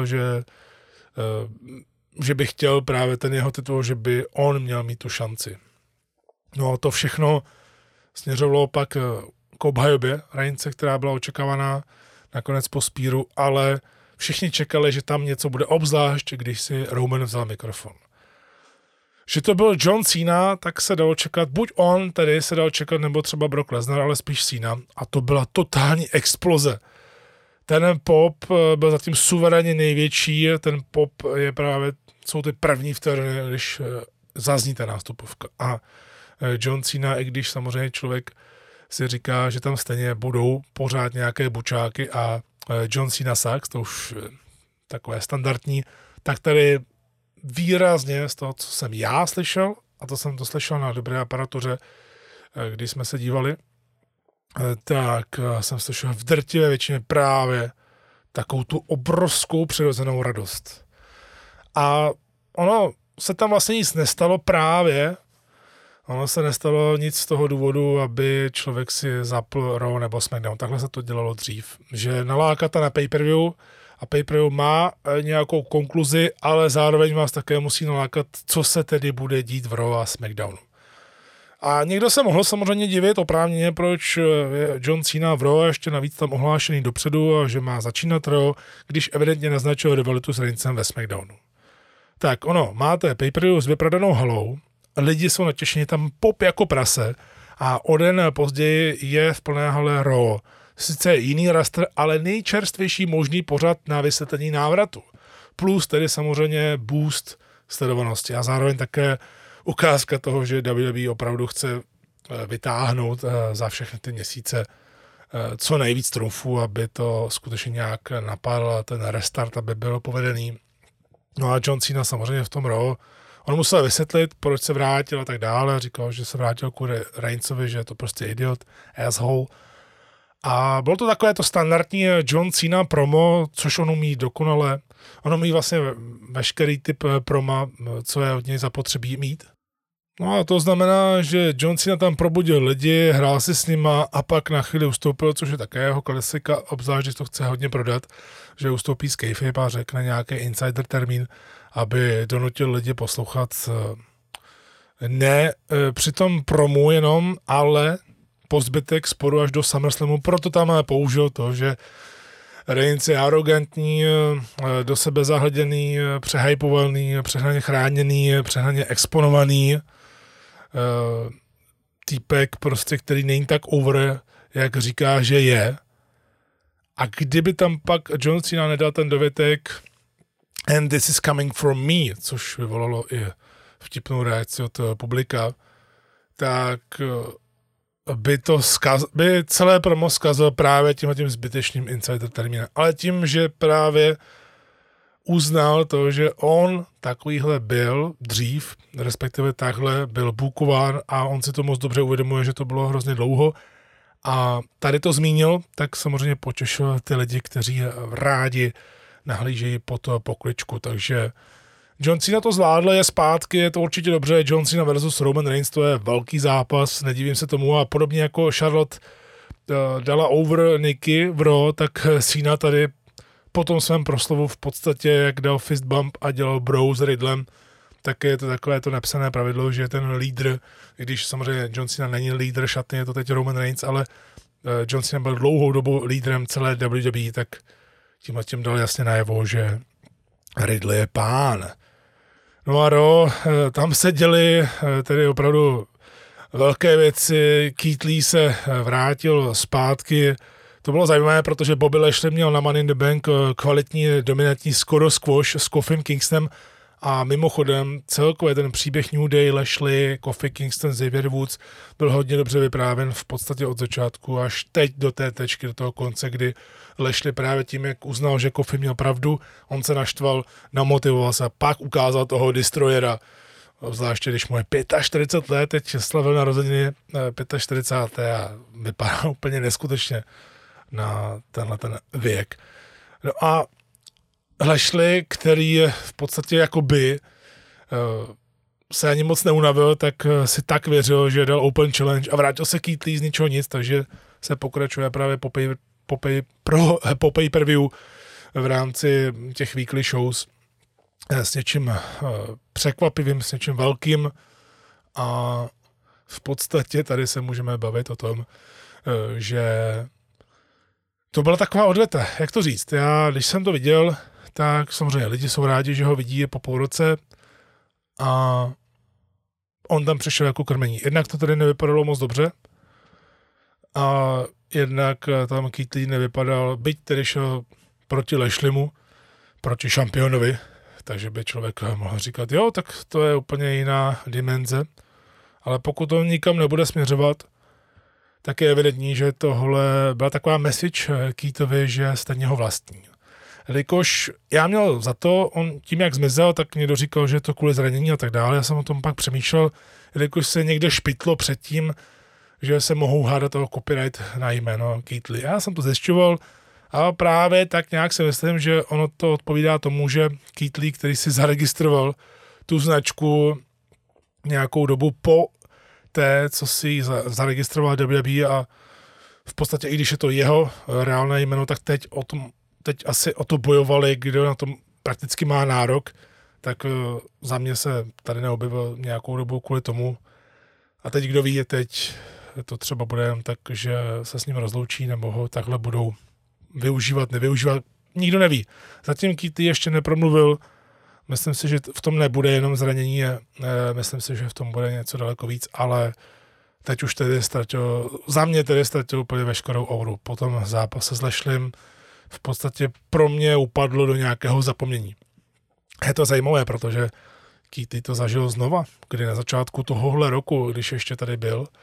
že by chtěl právě ten jeho titul, že by on měl mít tu šanci. No a to všechno směřovalo pak k obhajobě Reignse, která byla očekávaná nakonec po spíru, ale všichni čekali, že tam něco bude, obzvlášť, když si Roman vzal mikrofon. Že to byl John Cena, tak se dalo čekat, buď on tedy se dal čekat, nebo třeba Brock Lesnar, ale spíš Cena. A to byla totální exploze. Ten pop byl zatím suverénně největší, ten pop je právě, jsou ty první vteřiny, když zazní ta nástupovka. A John Cena, i když samozřejmě člověk si říká, že tam stejně budou pořád nějaké bučáky a John Cena sax, to už takové standardní, tak tady výrazně z toho, co jsem já slyšel, a to jsem to slyšel na dobré aparatuře, když jsme se dívali, tak jsem slyšel v drtivé většině právě takovou tu obrovskou přirozenou radost. A ono se tam vlastně nic nestalo právě, ono se nestalo nic z toho důvodu, aby člověk si zapl Raw nebo SmackDown. Takhle se to dělalo dřív. Že nalákáte na pay-per-view a pay-per-view má nějakou konkluzi, ale zároveň vás také musí nalákat, co se tedy bude dít v Raw a SmackDownu. A někdo se mohl samozřejmě divit oprávněně, proč je John Cena v Raw ještě navíc tam ohlášený dopředu a že má začínat Raw, když evidentně naznačil rivalitu s Reignsem ve SmackDownu. Tak ono, máte pay-per-view s vyprodanou halou, lidi jsou natěšení, tam pop jako prase a o den později je v plné hale Raw. Sice jiný raster, ale nejčerstvější možný pořad na vysvětlení návratu. Plus tedy samozřejmě boost sledovanosti a zároveň také ukázka toho, že WWE opravdu chce vytáhnout za všechny ty měsíce co nejvíc trumfů, aby to skutečně nějak napadl, ten restart, aby byl povedený. No a John Cena samozřejmě v tom Raw, on musel vysvětlit, proč se vrátil a tak dále, říkal, že se vrátil kvůli Reignsovi, že je to prostě idiot, asshole. A bylo to takové to standardní John Cena promo, což on umí dokonale. On umí vlastně veškerý typ proma, co je od něj zapotřebí mít. No a to znamená, že John Cena tam probudil lidi, hrál si s nima a pak na chvíli ustoupil, což je také jeho klasika, obzvlášť, že to chce hodně prodat, že ustoupí z kayfabe a řekne nějaký insider termín, aby donutil lidi poslouchat ne při tom promu jenom, ale po zbytek sporu až do SummerSlamu, proto tam použil to, že Reigns je arrogantní, do sebe zahleděný, přehypovaný, přehnaně chráněný, přehnaně exponovaný týpek, prostě, který není tak over, jak říká, že je. A kdyby tam pak John Cena nedal ten dovětek and this is coming from me, což vyvolalo i vtipnou reakci od publika, tak by celé promo zkazil právě tím zbytečným insider termínem. Ale tím, že právě uznal to, že on takovýhle byl dřív, respektive takhle byl bookován a on si to moc dobře uvědomuje, že to bylo hrozně dlouho. A tady to zmínil, tak samozřejmě potěšil ty lidi, kteří rádi nahlížejí po to pokličku. Takže John Cena to zvládl, je zpátky, je to určitě dobře. John Cena versus Roman Reigns, to je velký zápas, nedivím se tomu. A podobně jako Charlotte dala over Nikki v Raw, tak Cena tady po tom svém proslovu v podstatě, jak dal fist bump a dělal bro s Riddlem, tak je to takové to napsané pravidlo, že ten lídr, když samozřejmě John Cena není lídr šatny, je to teď Roman Reigns, ale John Cena byl dlouhou dobu lídrem celé WWE, tak tím dal jasně najevo, že Riddle je pán. No a Raw, tam se děly tedy opravdu velké věci, Keith Lee se vrátil zpátky. To bylo zajímavé, protože Bobby Lashley měl na Money in the Bank kvalitní, dominantní skoro squash s Kofi Kingstonem a mimochodem celkově ten příběh New Day, Lashley, Kofi Kingston, Xavier Woods byl hodně dobře vyprávěn v podstatě od začátku až teď do té tečky, do toho konce, kdy Lashley právě tím, jak uznal, že Kofi měl pravdu, on se naštval, namotivoval se a pak ukázal toho Destroyera, zvláště když mu je 45 let, teď slavil narozeniny 45. a vypadá úplně neskutečně na tenhle ten věk. No a Lashley, který je v podstatě jakoby se ani moc neunavil, tak si tak věřil, že dal Open Challenge a vrátil se Keith Lee z ničeho nic, takže se pokračuje právě po pay-per-view v rámci těch weekly shows s něčím překvapivým, s něčím velkým a v podstatě tady se můžeme bavit o tom, že to byla taková odveta, jak to říct. Já, když jsem to viděl, tak samozřejmě lidi jsou rádi, že ho vidí po půl roce a on tam přišel jako krmení. Jednak to tady nevypadalo moc dobře a jednak tam Keith Lee nevypadal, byť tedy šel proti Lashleymu, proti šampionovi, takže by člověk mohl říkat, jo, tak to je úplně jiná dimenze, ale pokud on nikam nebude směřovat, tak je evidentní, že tohle byla taková message Keithovi, že stejně ho vlastní. Jelikož já měl za to, on tím, jak zmizel, tak někdo říkal, že je to kvůli zranění a tak dále. Já jsem o tom pak přemýšlel, jelikož se někde špitlo předtím, že se mohou hádat toho copyright na jméno Keith Lee. Já jsem to zjišťoval a právě tak nějak si myslím, že ono to odpovídá tomu, že Keith Lee, který si zaregistroval tu značku nějakou dobu po té, co si zaregistroval WWE a v podstatě i když je to jeho reálné jméno, tak teď asi o to bojovali, kdo na tom prakticky má nárok, tak za mě se tady neobjevil nějakou dobu kvůli tomu. A teď kdo ví, teď to třeba bude jen tak, že se s ním rozloučí nebo ho takhle budou využívat, nevyužívat. Nikdo neví. Zatím Keith ještě nepromluvil. Myslím si, že v tom nebude jenom zranění, myslím si, že v tom bude něco daleko víc, ale teď už tedy za mě ztratil úplně veškerou auru. Po tom zápase s Lashlem v podstatě pro mě upadlo do nějakého zapomnění. Je to zajímavé, protože Keith to zažil znova, kdy na začátku tohohle roku, když ještě tady byl,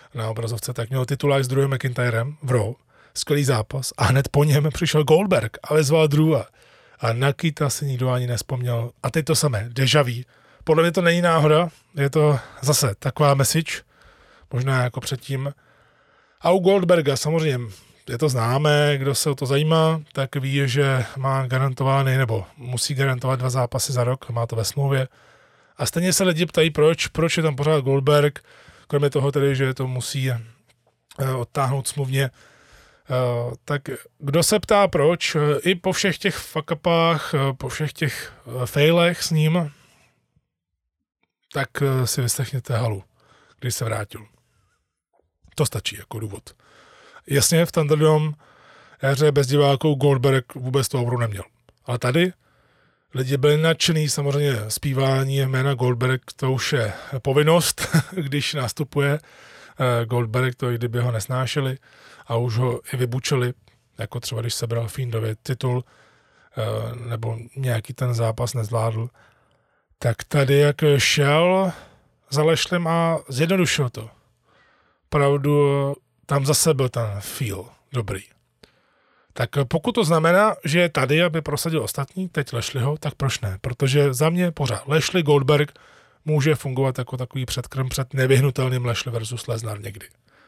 na obrazovce, tak měl titulák s Drewem McIntyrem v Raw, skvělý zápas a hned po něm přišel Goldberg a vyzval Drewa. A na Keitha si nikdo ani nespomněl. A teď to samé, déjà vu. Podle mě to není náhoda, je to zase taková message, možná jako předtím. A u Goldberga samozřejmě je to známé, kdo se o to zajímá, tak ví, že má garantovány, nebo musí garantovat 2 zápasy za rok, má to ve smlouvě. A stejně se lidi ptají, proč je tam pořád Goldberg, kromě toho tedy, že to musí odtáhnout smluvně. Tak kdo se ptá proč, i po všech těch fuck-upách, po všech těch failech s ním, tak si vyslechněte Halu, když se vrátil. To stačí jako důvod. Jasně, v Thunderdome éře bez diváků Goldberg vůbec toho hru neměl. Ale tady lidi byli nadšený, samozřejmě zpívání jména Goldberg, to už je povinnost, když nastupuje Goldberg, to i kdyby ho nesnášeli a už ho i vybučili, jako třeba když sebral Fiendovi titul nebo nějaký ten zápas nezvládl, tak tady jak šel za Lashlem a zjednodušil to. Pravdu, tam zase byl ten feel dobrý. Tak pokud to znamená, že je tady, aby prosadil ostatní, teď Lashleyho, tak proč ne? Protože za mě pořád Lashley Goldberg může fungovat jako takový předkrm před nevyhnutelným Lashley versus Lesnar někdy.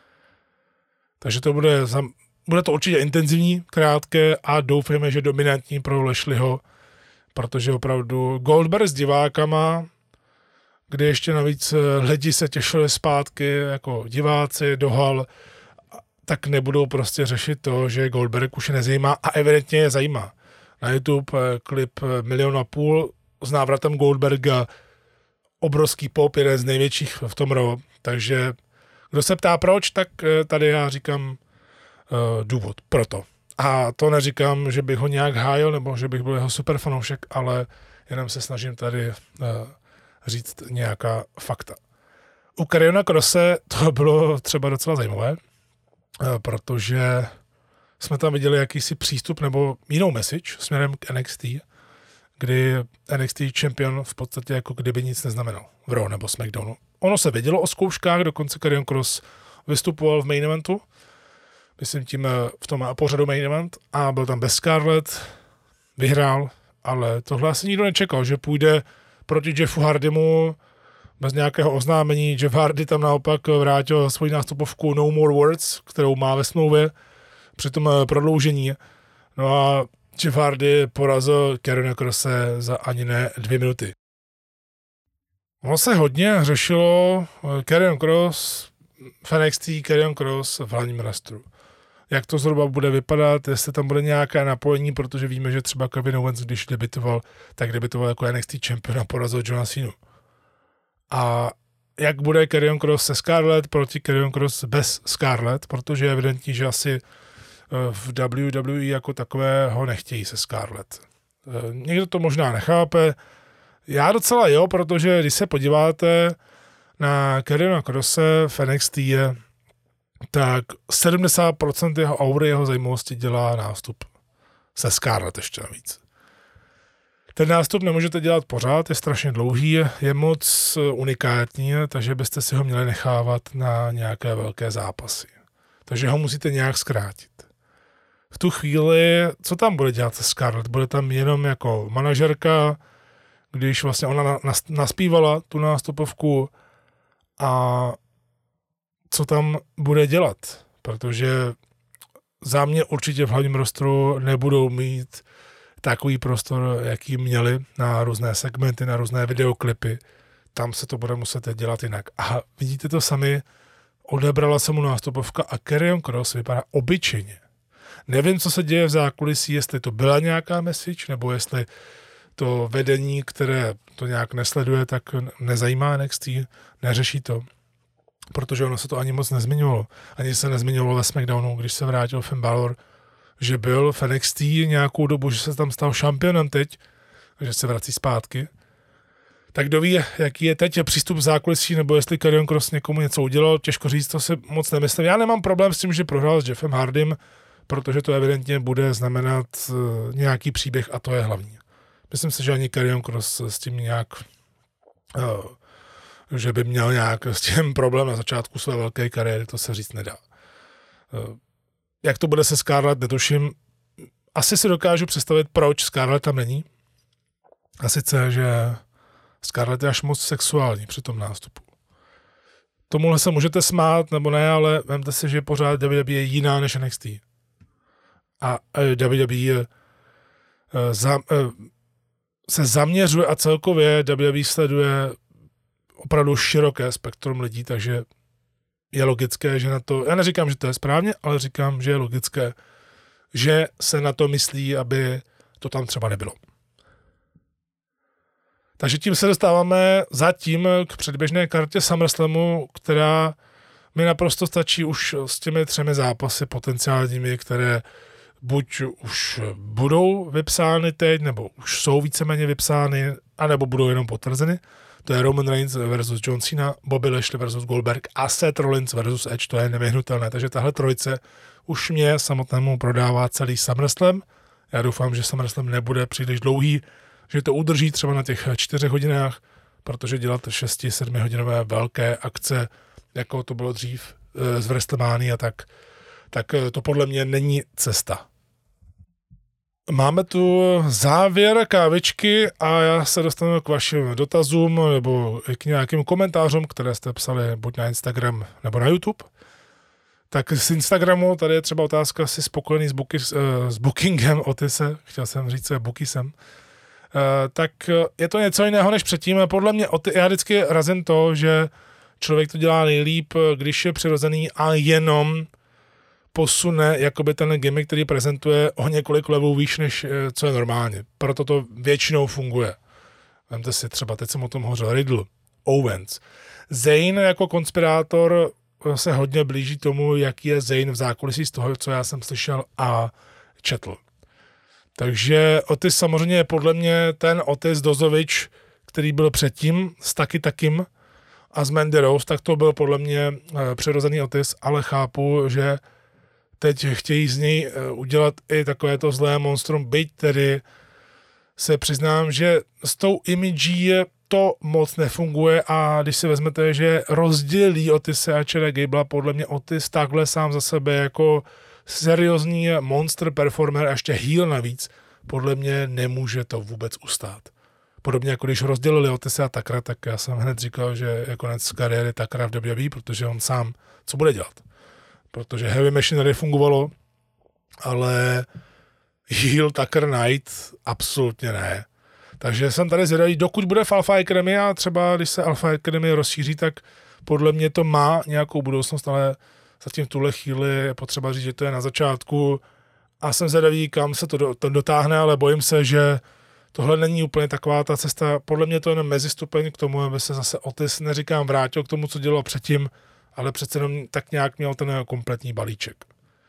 Takže to bude to určitě intenzivní, krátké a doufejme, že dominantní pro Lashleyho, protože opravdu Goldberg s divákama, kdy ještě navíc lidi se těšili zpátky jako diváci do hal, tak nebudou prostě řešit to, že Goldberg už je nezajímá a evidentně je zajímá. Na YouTube klip 1,5 milionu s návratem Goldberga, obrovský pop, jeden z největších v tom Raw, takže kdo se ptá proč, tak tady já říkám důvod proto. A to neříkám, že bych ho nějak hájil, nebo že bych byl jeho super fanoušek, ale jenom se snažím tady říct nějaká fakta. U Karriona Krosse to bylo třeba docela zajímavé, protože jsme tam viděli jakýsi přístup nebo jinou message směrem k NXT, kdy NXT champion v podstatě jako kdyby nic neznamenal v Raw nebo SmackDownu. Ono se vědělo o zkouškách, dokonce Karrion Kross vystupoval v main eventu, myslím tím v tom pořadu main event a byl tam bez Scarlett, vyhrál, ale tohle asi nikdo nečekal, že půjde proti Jeffu Hardymu bez nějakého oznámení. Jeff Hardy tam naopak vrátil svoji nástupovku No More Words, kterou má ve smlouvě při tom prodloužení. No a Jeff Hardy porazil Karriona Krosse za ani ne 2 minuty. Ono se hodně řešilo Karrion Kross v NXT, Karrion Kross v hlavním rostru. Jak to zhruba bude vypadat, jestli tam bude nějaké napojení, protože víme, že třeba Kevin Owens, když debitoval, tak debitoval jako NXT champion a porazil Johna Cenu. A jak bude Karrion Kross se Scarlett proti Karrion Kross bez Scarlett, protože je evidentní, že asi v WWE jako takového nechtějí se Scarlett. Někdo to možná nechápe, já docela jo, protože když se podíváte na Karriona Krosse v NXT, tak 70% jeho aury, jeho zajímavosti dělá nástup se Scarlett ještě navíc. Ten nástup nemůžete dělat pořád, je strašně dlouhý, je moc unikátní, takže byste si ho měli nechávat na nějaké velké zápasy. Takže ho musíte nějak zkrátit. V tu chvíli, co tam bude dělat se Scarlett? Bude tam jenom jako manažerka, když vlastně ona naspívala tu nástupovku a co tam bude dělat? Protože za mě určitě v hlavním rostru nebudou mít takový prostor, jaký měli na různé segmenty, na různé videoklipy. Tam se to bude muset dělat jinak. A vidíte to sami, odebrala se mu nástupovka a Karrion Kross vypadá obyčejně. Nevím, co se děje v zákulisí, jestli to byla nějaká message, nebo jestli to vedení, které to nějak nesleduje, tak nezajímá NXT, neřeší to. Protože ono se to ani moc nezmiňovalo. Ani se nezmiňovalo ve SmackDownu, když se vrátil Finn Balor, že byl v NXT nějakou dobu, že se tam stal šampionem teď, že se vrací zpátky. Tak kdo ví, jaký je teď přístup v zákulisí, nebo jestli Karrion Kross někomu něco udělal, těžko říct, to si moc nemyslím. Já nemám problém s tím, že prohrál s Jeffem Hardym, protože to evidentně bude znamenat nějaký příběh a to je hlavní. Myslím si, že ani Karrion Kross s tím nějak že by měl nějak s tím problém na začátku své velké kariéry, to se říct nedá. Jak to bude se Scarlett, netuším. Asi si dokážu představit, proč Scarlett tam není. A sice, že Scarlett je až moc sexuální při tom nástupu. Tomuhle se můžete smát, nebo ne, ale vemte si, že pořád WWE je jiná než NXT. A WWE se zaměřuje a celkově WWE sleduje opravdu široké spektrum lidí, takže je logické, že na to, já neříkám, že to je správně, ale říkám, že je logické, že se na to myslí, aby to tam třeba nebylo. Takže tím se dostáváme zatím k předběžné kartě SummerSlamu, která mi naprosto stačí už s těmi 3 zápasy potenciálními, které buď už budou vypsány teď, nebo už jsou víceméně vypsány, anebo budou jenom potvrzeny. To je Roman Reigns versus John Cena, Bobby Lashley versus Goldberg a Seth Rollins versus Edge, to je nevyhnutelné. Takže tahle trojice už mě samotnému prodává celý SummerSlam. Já doufám, že SummerSlam nebude příliš dlouhý, že to udrží třeba na těch 4 hodinách, protože dělat 6-7 hodinové velké akce, jako to bylo dřív z WrestleMania, tak to podle mě není cesta. Máme tu závěr kávičky a já se dostanu k vašim dotazům nebo k nějakým komentářům, které jste psali buď na Instagram nebo na YouTube. Tak z Instagramu tady je třeba otázka, jsi spokojený s bookingem Otise, chtěl jsem říct Bookisem. Tak je to něco jiného než předtím. Podle mě, já vždycky razím to, že člověk to dělá nejlíp, když je přirozený a jenom posune jakoby ten gimmick, který prezentuje o několik levelů výš, než co je normálně. Proto to většinou funguje. Vemte si třeba, teď jsem o tom hovořil, Riddle, Owens. Zayn jako konspirátor se hodně blíží tomu, jaký je Zayn v zákulisí z toho, co já jsem slyšel a četl. Takže Otis samozřejmě je podle mě ten Otis Dozovič, který byl předtím s Takim a z Mandy Rose, tak to byl podle mě přirozený Otis, ale chápu, že teď chtějí z něj udělat i takovéto zlé monstrum, byť tedy se přiznám, že s tou imidží to moc nefunguje a když si vezmete, že rozdělí Otise a Chada Gablea, podle mě Otis takhle sám za sebe jako seriózní monster performer a ještě heel navíc, podle mě nemůže to vůbec ustát. Podobně jako když rozdělili Otise a Takra, tak já jsem hned říkal, že je konec kariéry Takra v WWE, protože on sám, co bude dělat? Protože Heavy Machinery fungovalo, ale heel Tucker Knight absolutně ne. Takže jsem tady zvědavý, dokud bude v Alpha Academy a třeba když se Alpha Academy rozšíří, tak podle mě to má nějakou budoucnost, ale zatím v tuhle chvíli je potřeba říct, že to je na začátku a jsem zvědavý, kam se to dotáhne, ale bojím se, že tohle není úplně taková ta cesta. Podle mě to je jenom mezistupeň k tomu, aby se zase Otis, neříkám, vrátil k tomu, co dělal předtím, ale přece jenom tak nějak měl ten kompletní balíček.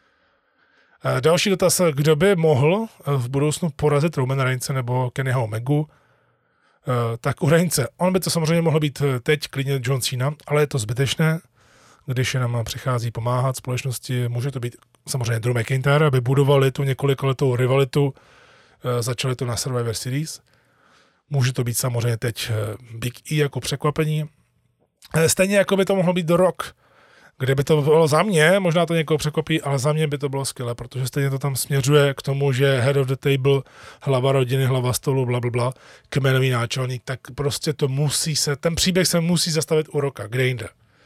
Další dotaz, kdo by mohl v budoucnu porazit Romana Reignse nebo Kennyho Omegu, tak u Reignse. On by to samozřejmě mohl být teď klidně John Cena, ale je to zbytečné, když nám přichází pomáhat společnosti. Může to být samozřejmě Drew McIntyre, aby budovali tu několikaletou rivalitu, začali to na Survivor Series. Může to být samozřejmě teď Big E jako překvapení. Stejně jako by to mohlo být The Rock, kde by to bylo za mě, možná to někoho překvapí, ale za mě by to bylo skvělé, protože stejně to tam směřuje k tomu, že head of the table, hlava rodiny, hlava stolu, blablabla, kmenový náčelník, tak prostě to musí se, ten příběh se musí zastavit u Rocka, kde jinde.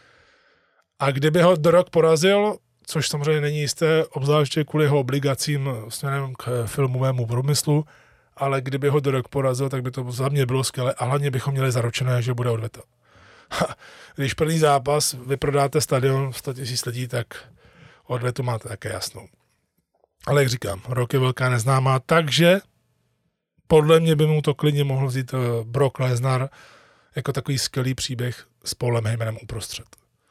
A kdyby ho The Rock porazil, což samozřejmě není jisté, obzvláště kvůli jeho obligacím směrem k filmovému průmyslu, ale kdyby ho The Rock porazil, tak by to za mě bylo skvělé a hlavně bychom měli zaručené, že bude odveta. Když první zápas vyprodáte stadion 100 000 lidí, tak odvetu máte také jasnou. Ale jak říkám, Rock je velká neznámá, takže podle mě by mu to klidně mohl vzít Brock Lesnar jako takový skvělý příběh s Paulem Heymanem uprostřed.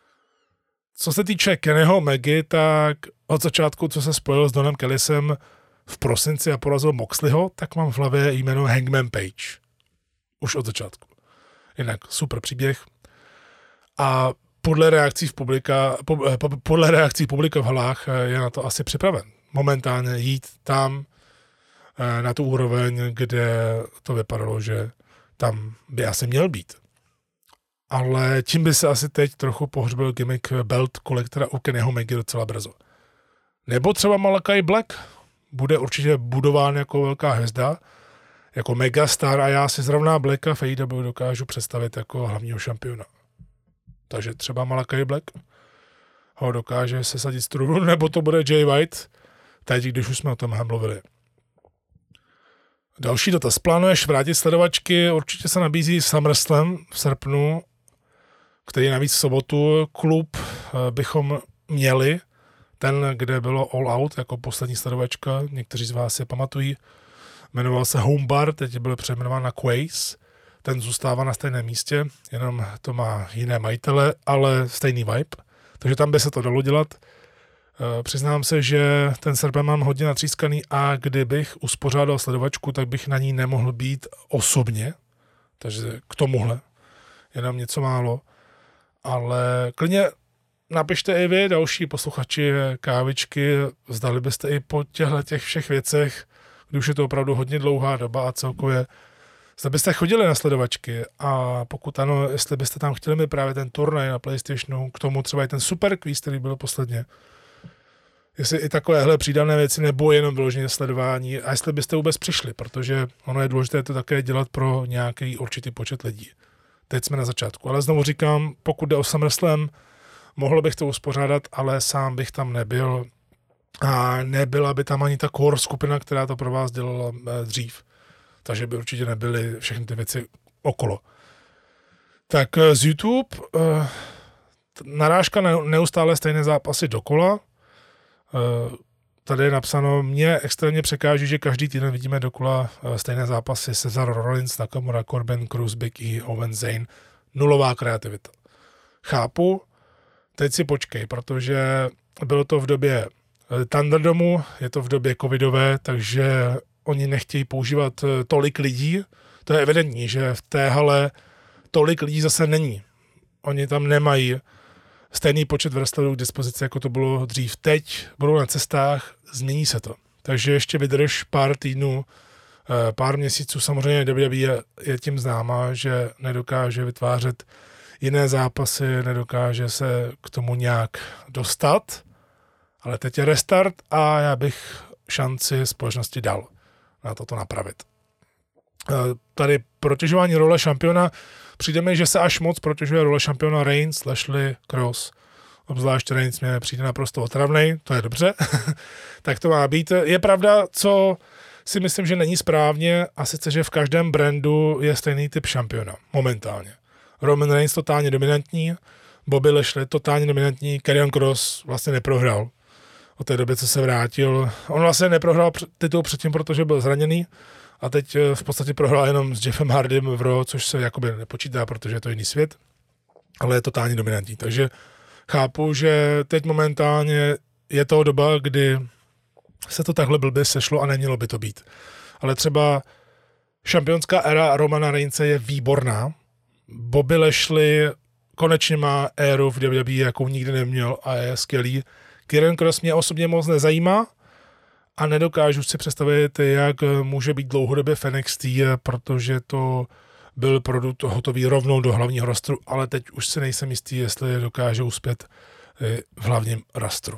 Co se týče Kennyho Omegy, tak od začátku, co se spojil s Donem Callisem v prosinci a porazil Moxleyho, tak mám v hlavě jméno Hangman Page. Už od začátku. Jinak super příběh. A podle reakcí publika v halách je na to asi připraven. Momentálně jít tam na tu úroveň, kde to vypadalo, že tam by asi měl být. ale tím by se asi teď trochu pohřbil gimmick belt kolektora u Kennyho Omega docela brzo. Nebo třeba Malakai Black bude určitě budován jako velká hvězda, jako megastar a já si zrovna Blacka v AEW dokážu představit jako hlavního šampiona. Takže třeba Malakai Black ho dokáže sesadit z trůnu, nebo to bude Jay White, teď, když už jsme o tom mluvili. Další dotaz. Plánuješ vrátit sledovačky? Určitě se nabízí SummerSlam v srpnu, který navíc v sobotu. Klub bychom měli, ten, kde bylo All Out jako poslední sledovačka, někteří z vás si pamatují, jmenoval se Home Bar, teď byl přejmenován na Quays. Ten zůstává na stejném místě, jenom to má jiné majitele, ale stejný vibe. Takže tam by se to dalo dělat. Přiznám se, že ten srpen mám hodně natřískaný a kdybych uspořádal sledovačku, tak bych na ní nemohl být osobně. Takže k tomuhle. Jenom něco málo. Ale klidně napište i vy, další posluchači kávičky, zdali byste i po těch všech věcech, kdy už je to opravdu hodně dlouhá doba a celkově, zda byste chodili na sledovačky a pokud ano, jestli byste tam chtěli mi právě ten turnaj na PlayStationu, k tomu třeba i ten Super Quiz, který byl posledně, jestli i takovéhle přídavné věci nebo jenom vyloženě sledování a jestli byste vůbec přišli, protože ono je důležité to také dělat pro nějaký určitý počet lidí. Teď jsme na začátku, ale znovu říkám, pokud jde o SummerSlam, mohl bych to uspořádat, ale sám bych tam nebyl a nebyla by tam ani ta core skupina, která to pro vás dělala dřív. Takže by určitě nebyly všechny ty věci okolo. Tak z YouTube narážka na neustále stejné zápasy dokola. Tady je napsáno, mě extrémně překáží, že každý týden vidíme dokola stejné zápasy Cesaro, Rollins, Nakamura, Corbin, Cruz, Big E, Owen, Zayn. Nulová kreativita. Chápu, teď si počkej, protože bylo to v době Thunderdomu, je to v době covidové, takže oni nechtějí používat tolik lidí. To je evidentní, že v té hale tolik lidí zase není. Oni tam nemají stejný počet wrestlerů k dispozici, jako to bylo dřív. Teď budou na cestách, změní se to. Takže ještě vydrž pár týdnů, pár měsíců. Samozřejmě WWE je tím známá, že nedokáže vytvářet jiné zápasy, nedokáže se k tomu nějak dostat, ale teď je restart a já bych šanci společnosti dal na toto napravit. Tady protěžování role šampiona, přijde mi, že se až moc protěžuje role šampiona Reigns, Lashley, Cross. Obzvlášť Reigns mě přijde naprosto otravnej, to je dobře, tak to má být. Je pravda, co si myslím, že není správně, a sice, že v každém brandu je stejný typ šampiona, momentálně. Roman Reigns totálně dominantní, Bobby Lashley totálně dominantní, Karrion Kross vlastně neprohrál od té doby, co se vrátil. On vlastně neprohrál titul předtím, protože byl zraněný a teď v podstatě prohrál jenom s Jeffem Hardym v Raw, což se jakoby nepočítá, protože je to jiný svět, ale je totálně dominantní. Takže chápu, že teď momentálně je to doba, kdy se to takhle blbě sešlo a nemělo by to být. Ale třeba šampionská éra Romana Reignse je výborná. Bobby Lashley konečně má éru v WWE, jakou nikdy neměl a je skvělý. Karrion Kross mě osobně moc nezajímá a nedokážu si představit, jak může být dlouhodobě v NXT, protože to byl produkt hotový rovnou do hlavního rostru, ale teď už si nejsem jistý, jestli dokáže uspět v hlavním rostru.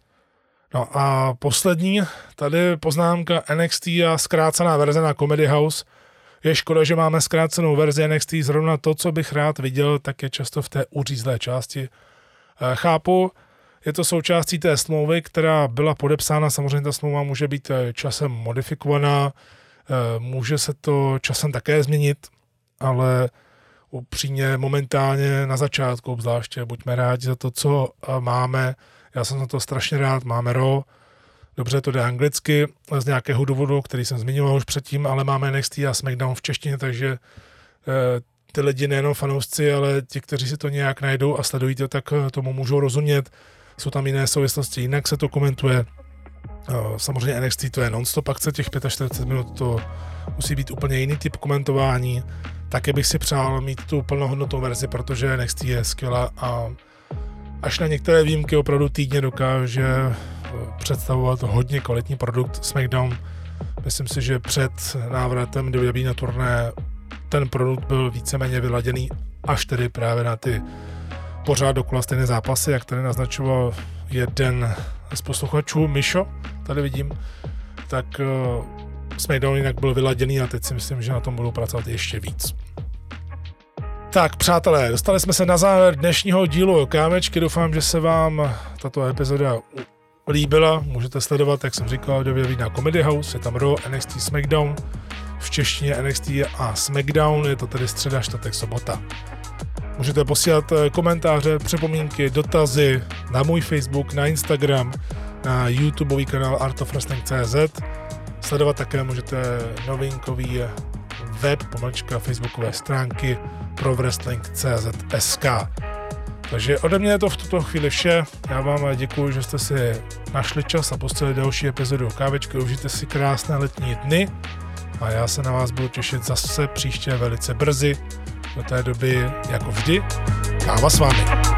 No a poslední, tady poznámka NXT a zkrácená verze na Comedy House. Je škoda, že máme zkrácenou verzi NXT, zrovna to, co bych rád viděl, tak je často v té uřízlé části. Chápu, je to součástí té smlouvy, která byla podepsána, samozřejmě ta smlouva může být časem modifikovaná, může se to časem také změnit, ale upřímně momentálně na začátku obzvláště buďme rádi za to, co máme. Já jsem za to strašně rád, máme Raw, dobře to jde anglicky z nějakého důvodu, který jsem zmiňoval už předtím, ale máme NXT a SmackDown v češtině, takže ty lidi nejenom fanoušci, ale ti, kteří si to nějak najdou a sledují to, tak tomu můžou rozumět. Jsou tam jiné souvislosti, jinak se to komentuje. Samozřejmě NXT to je non-stop akce, těch 45 minut to musí být úplně jiný typ komentování. Také bych si přál mít tu plnohodnotnou verzi, protože NXT je skvělá a až na některé výjimky opravdu týdně dokáže představovat hodně kvalitní produkt. SmackDown, myslím si, že před návratem do WWE na turné ten produkt byl víceméně vyladěný až tedy právě na ty pořád dokola stejné zápasy, jak tady naznačoval jeden z posluchačů, Mišo, tady vidím, tak SmackDown jinak byl vyladěný a teď si myslím, že na tom budou pracovat ještě víc. Tak přátelé, dostali jsme se na závěr dnešního dílu Kámečky, doufám, že se vám tato epizoda líbila, můžete sledovat, jak jsem říkal, na Comedy House, je tam Raw, NXT, SmackDown, v češtině NXT a SmackDown, je to tedy středa, čtvrtek, sobota. Můžete posílat komentáře, připomínky, dotazy na můj Facebook, na Instagram, na YouTubeový kanál artofwrestling.cz. Sledovat také můžete novinkový web, facebookové stránky pro wrestling.cz.sk. Takže ode mě je to v tuto chvíli vše. Já vám děkuji, že jste si našli čas a pustili další epizodu Kávečky. Užijte si krásné letní dny a já se na vás budu těšit zase příště velice brzy. Do té doby, jako vždy, káva s vámi.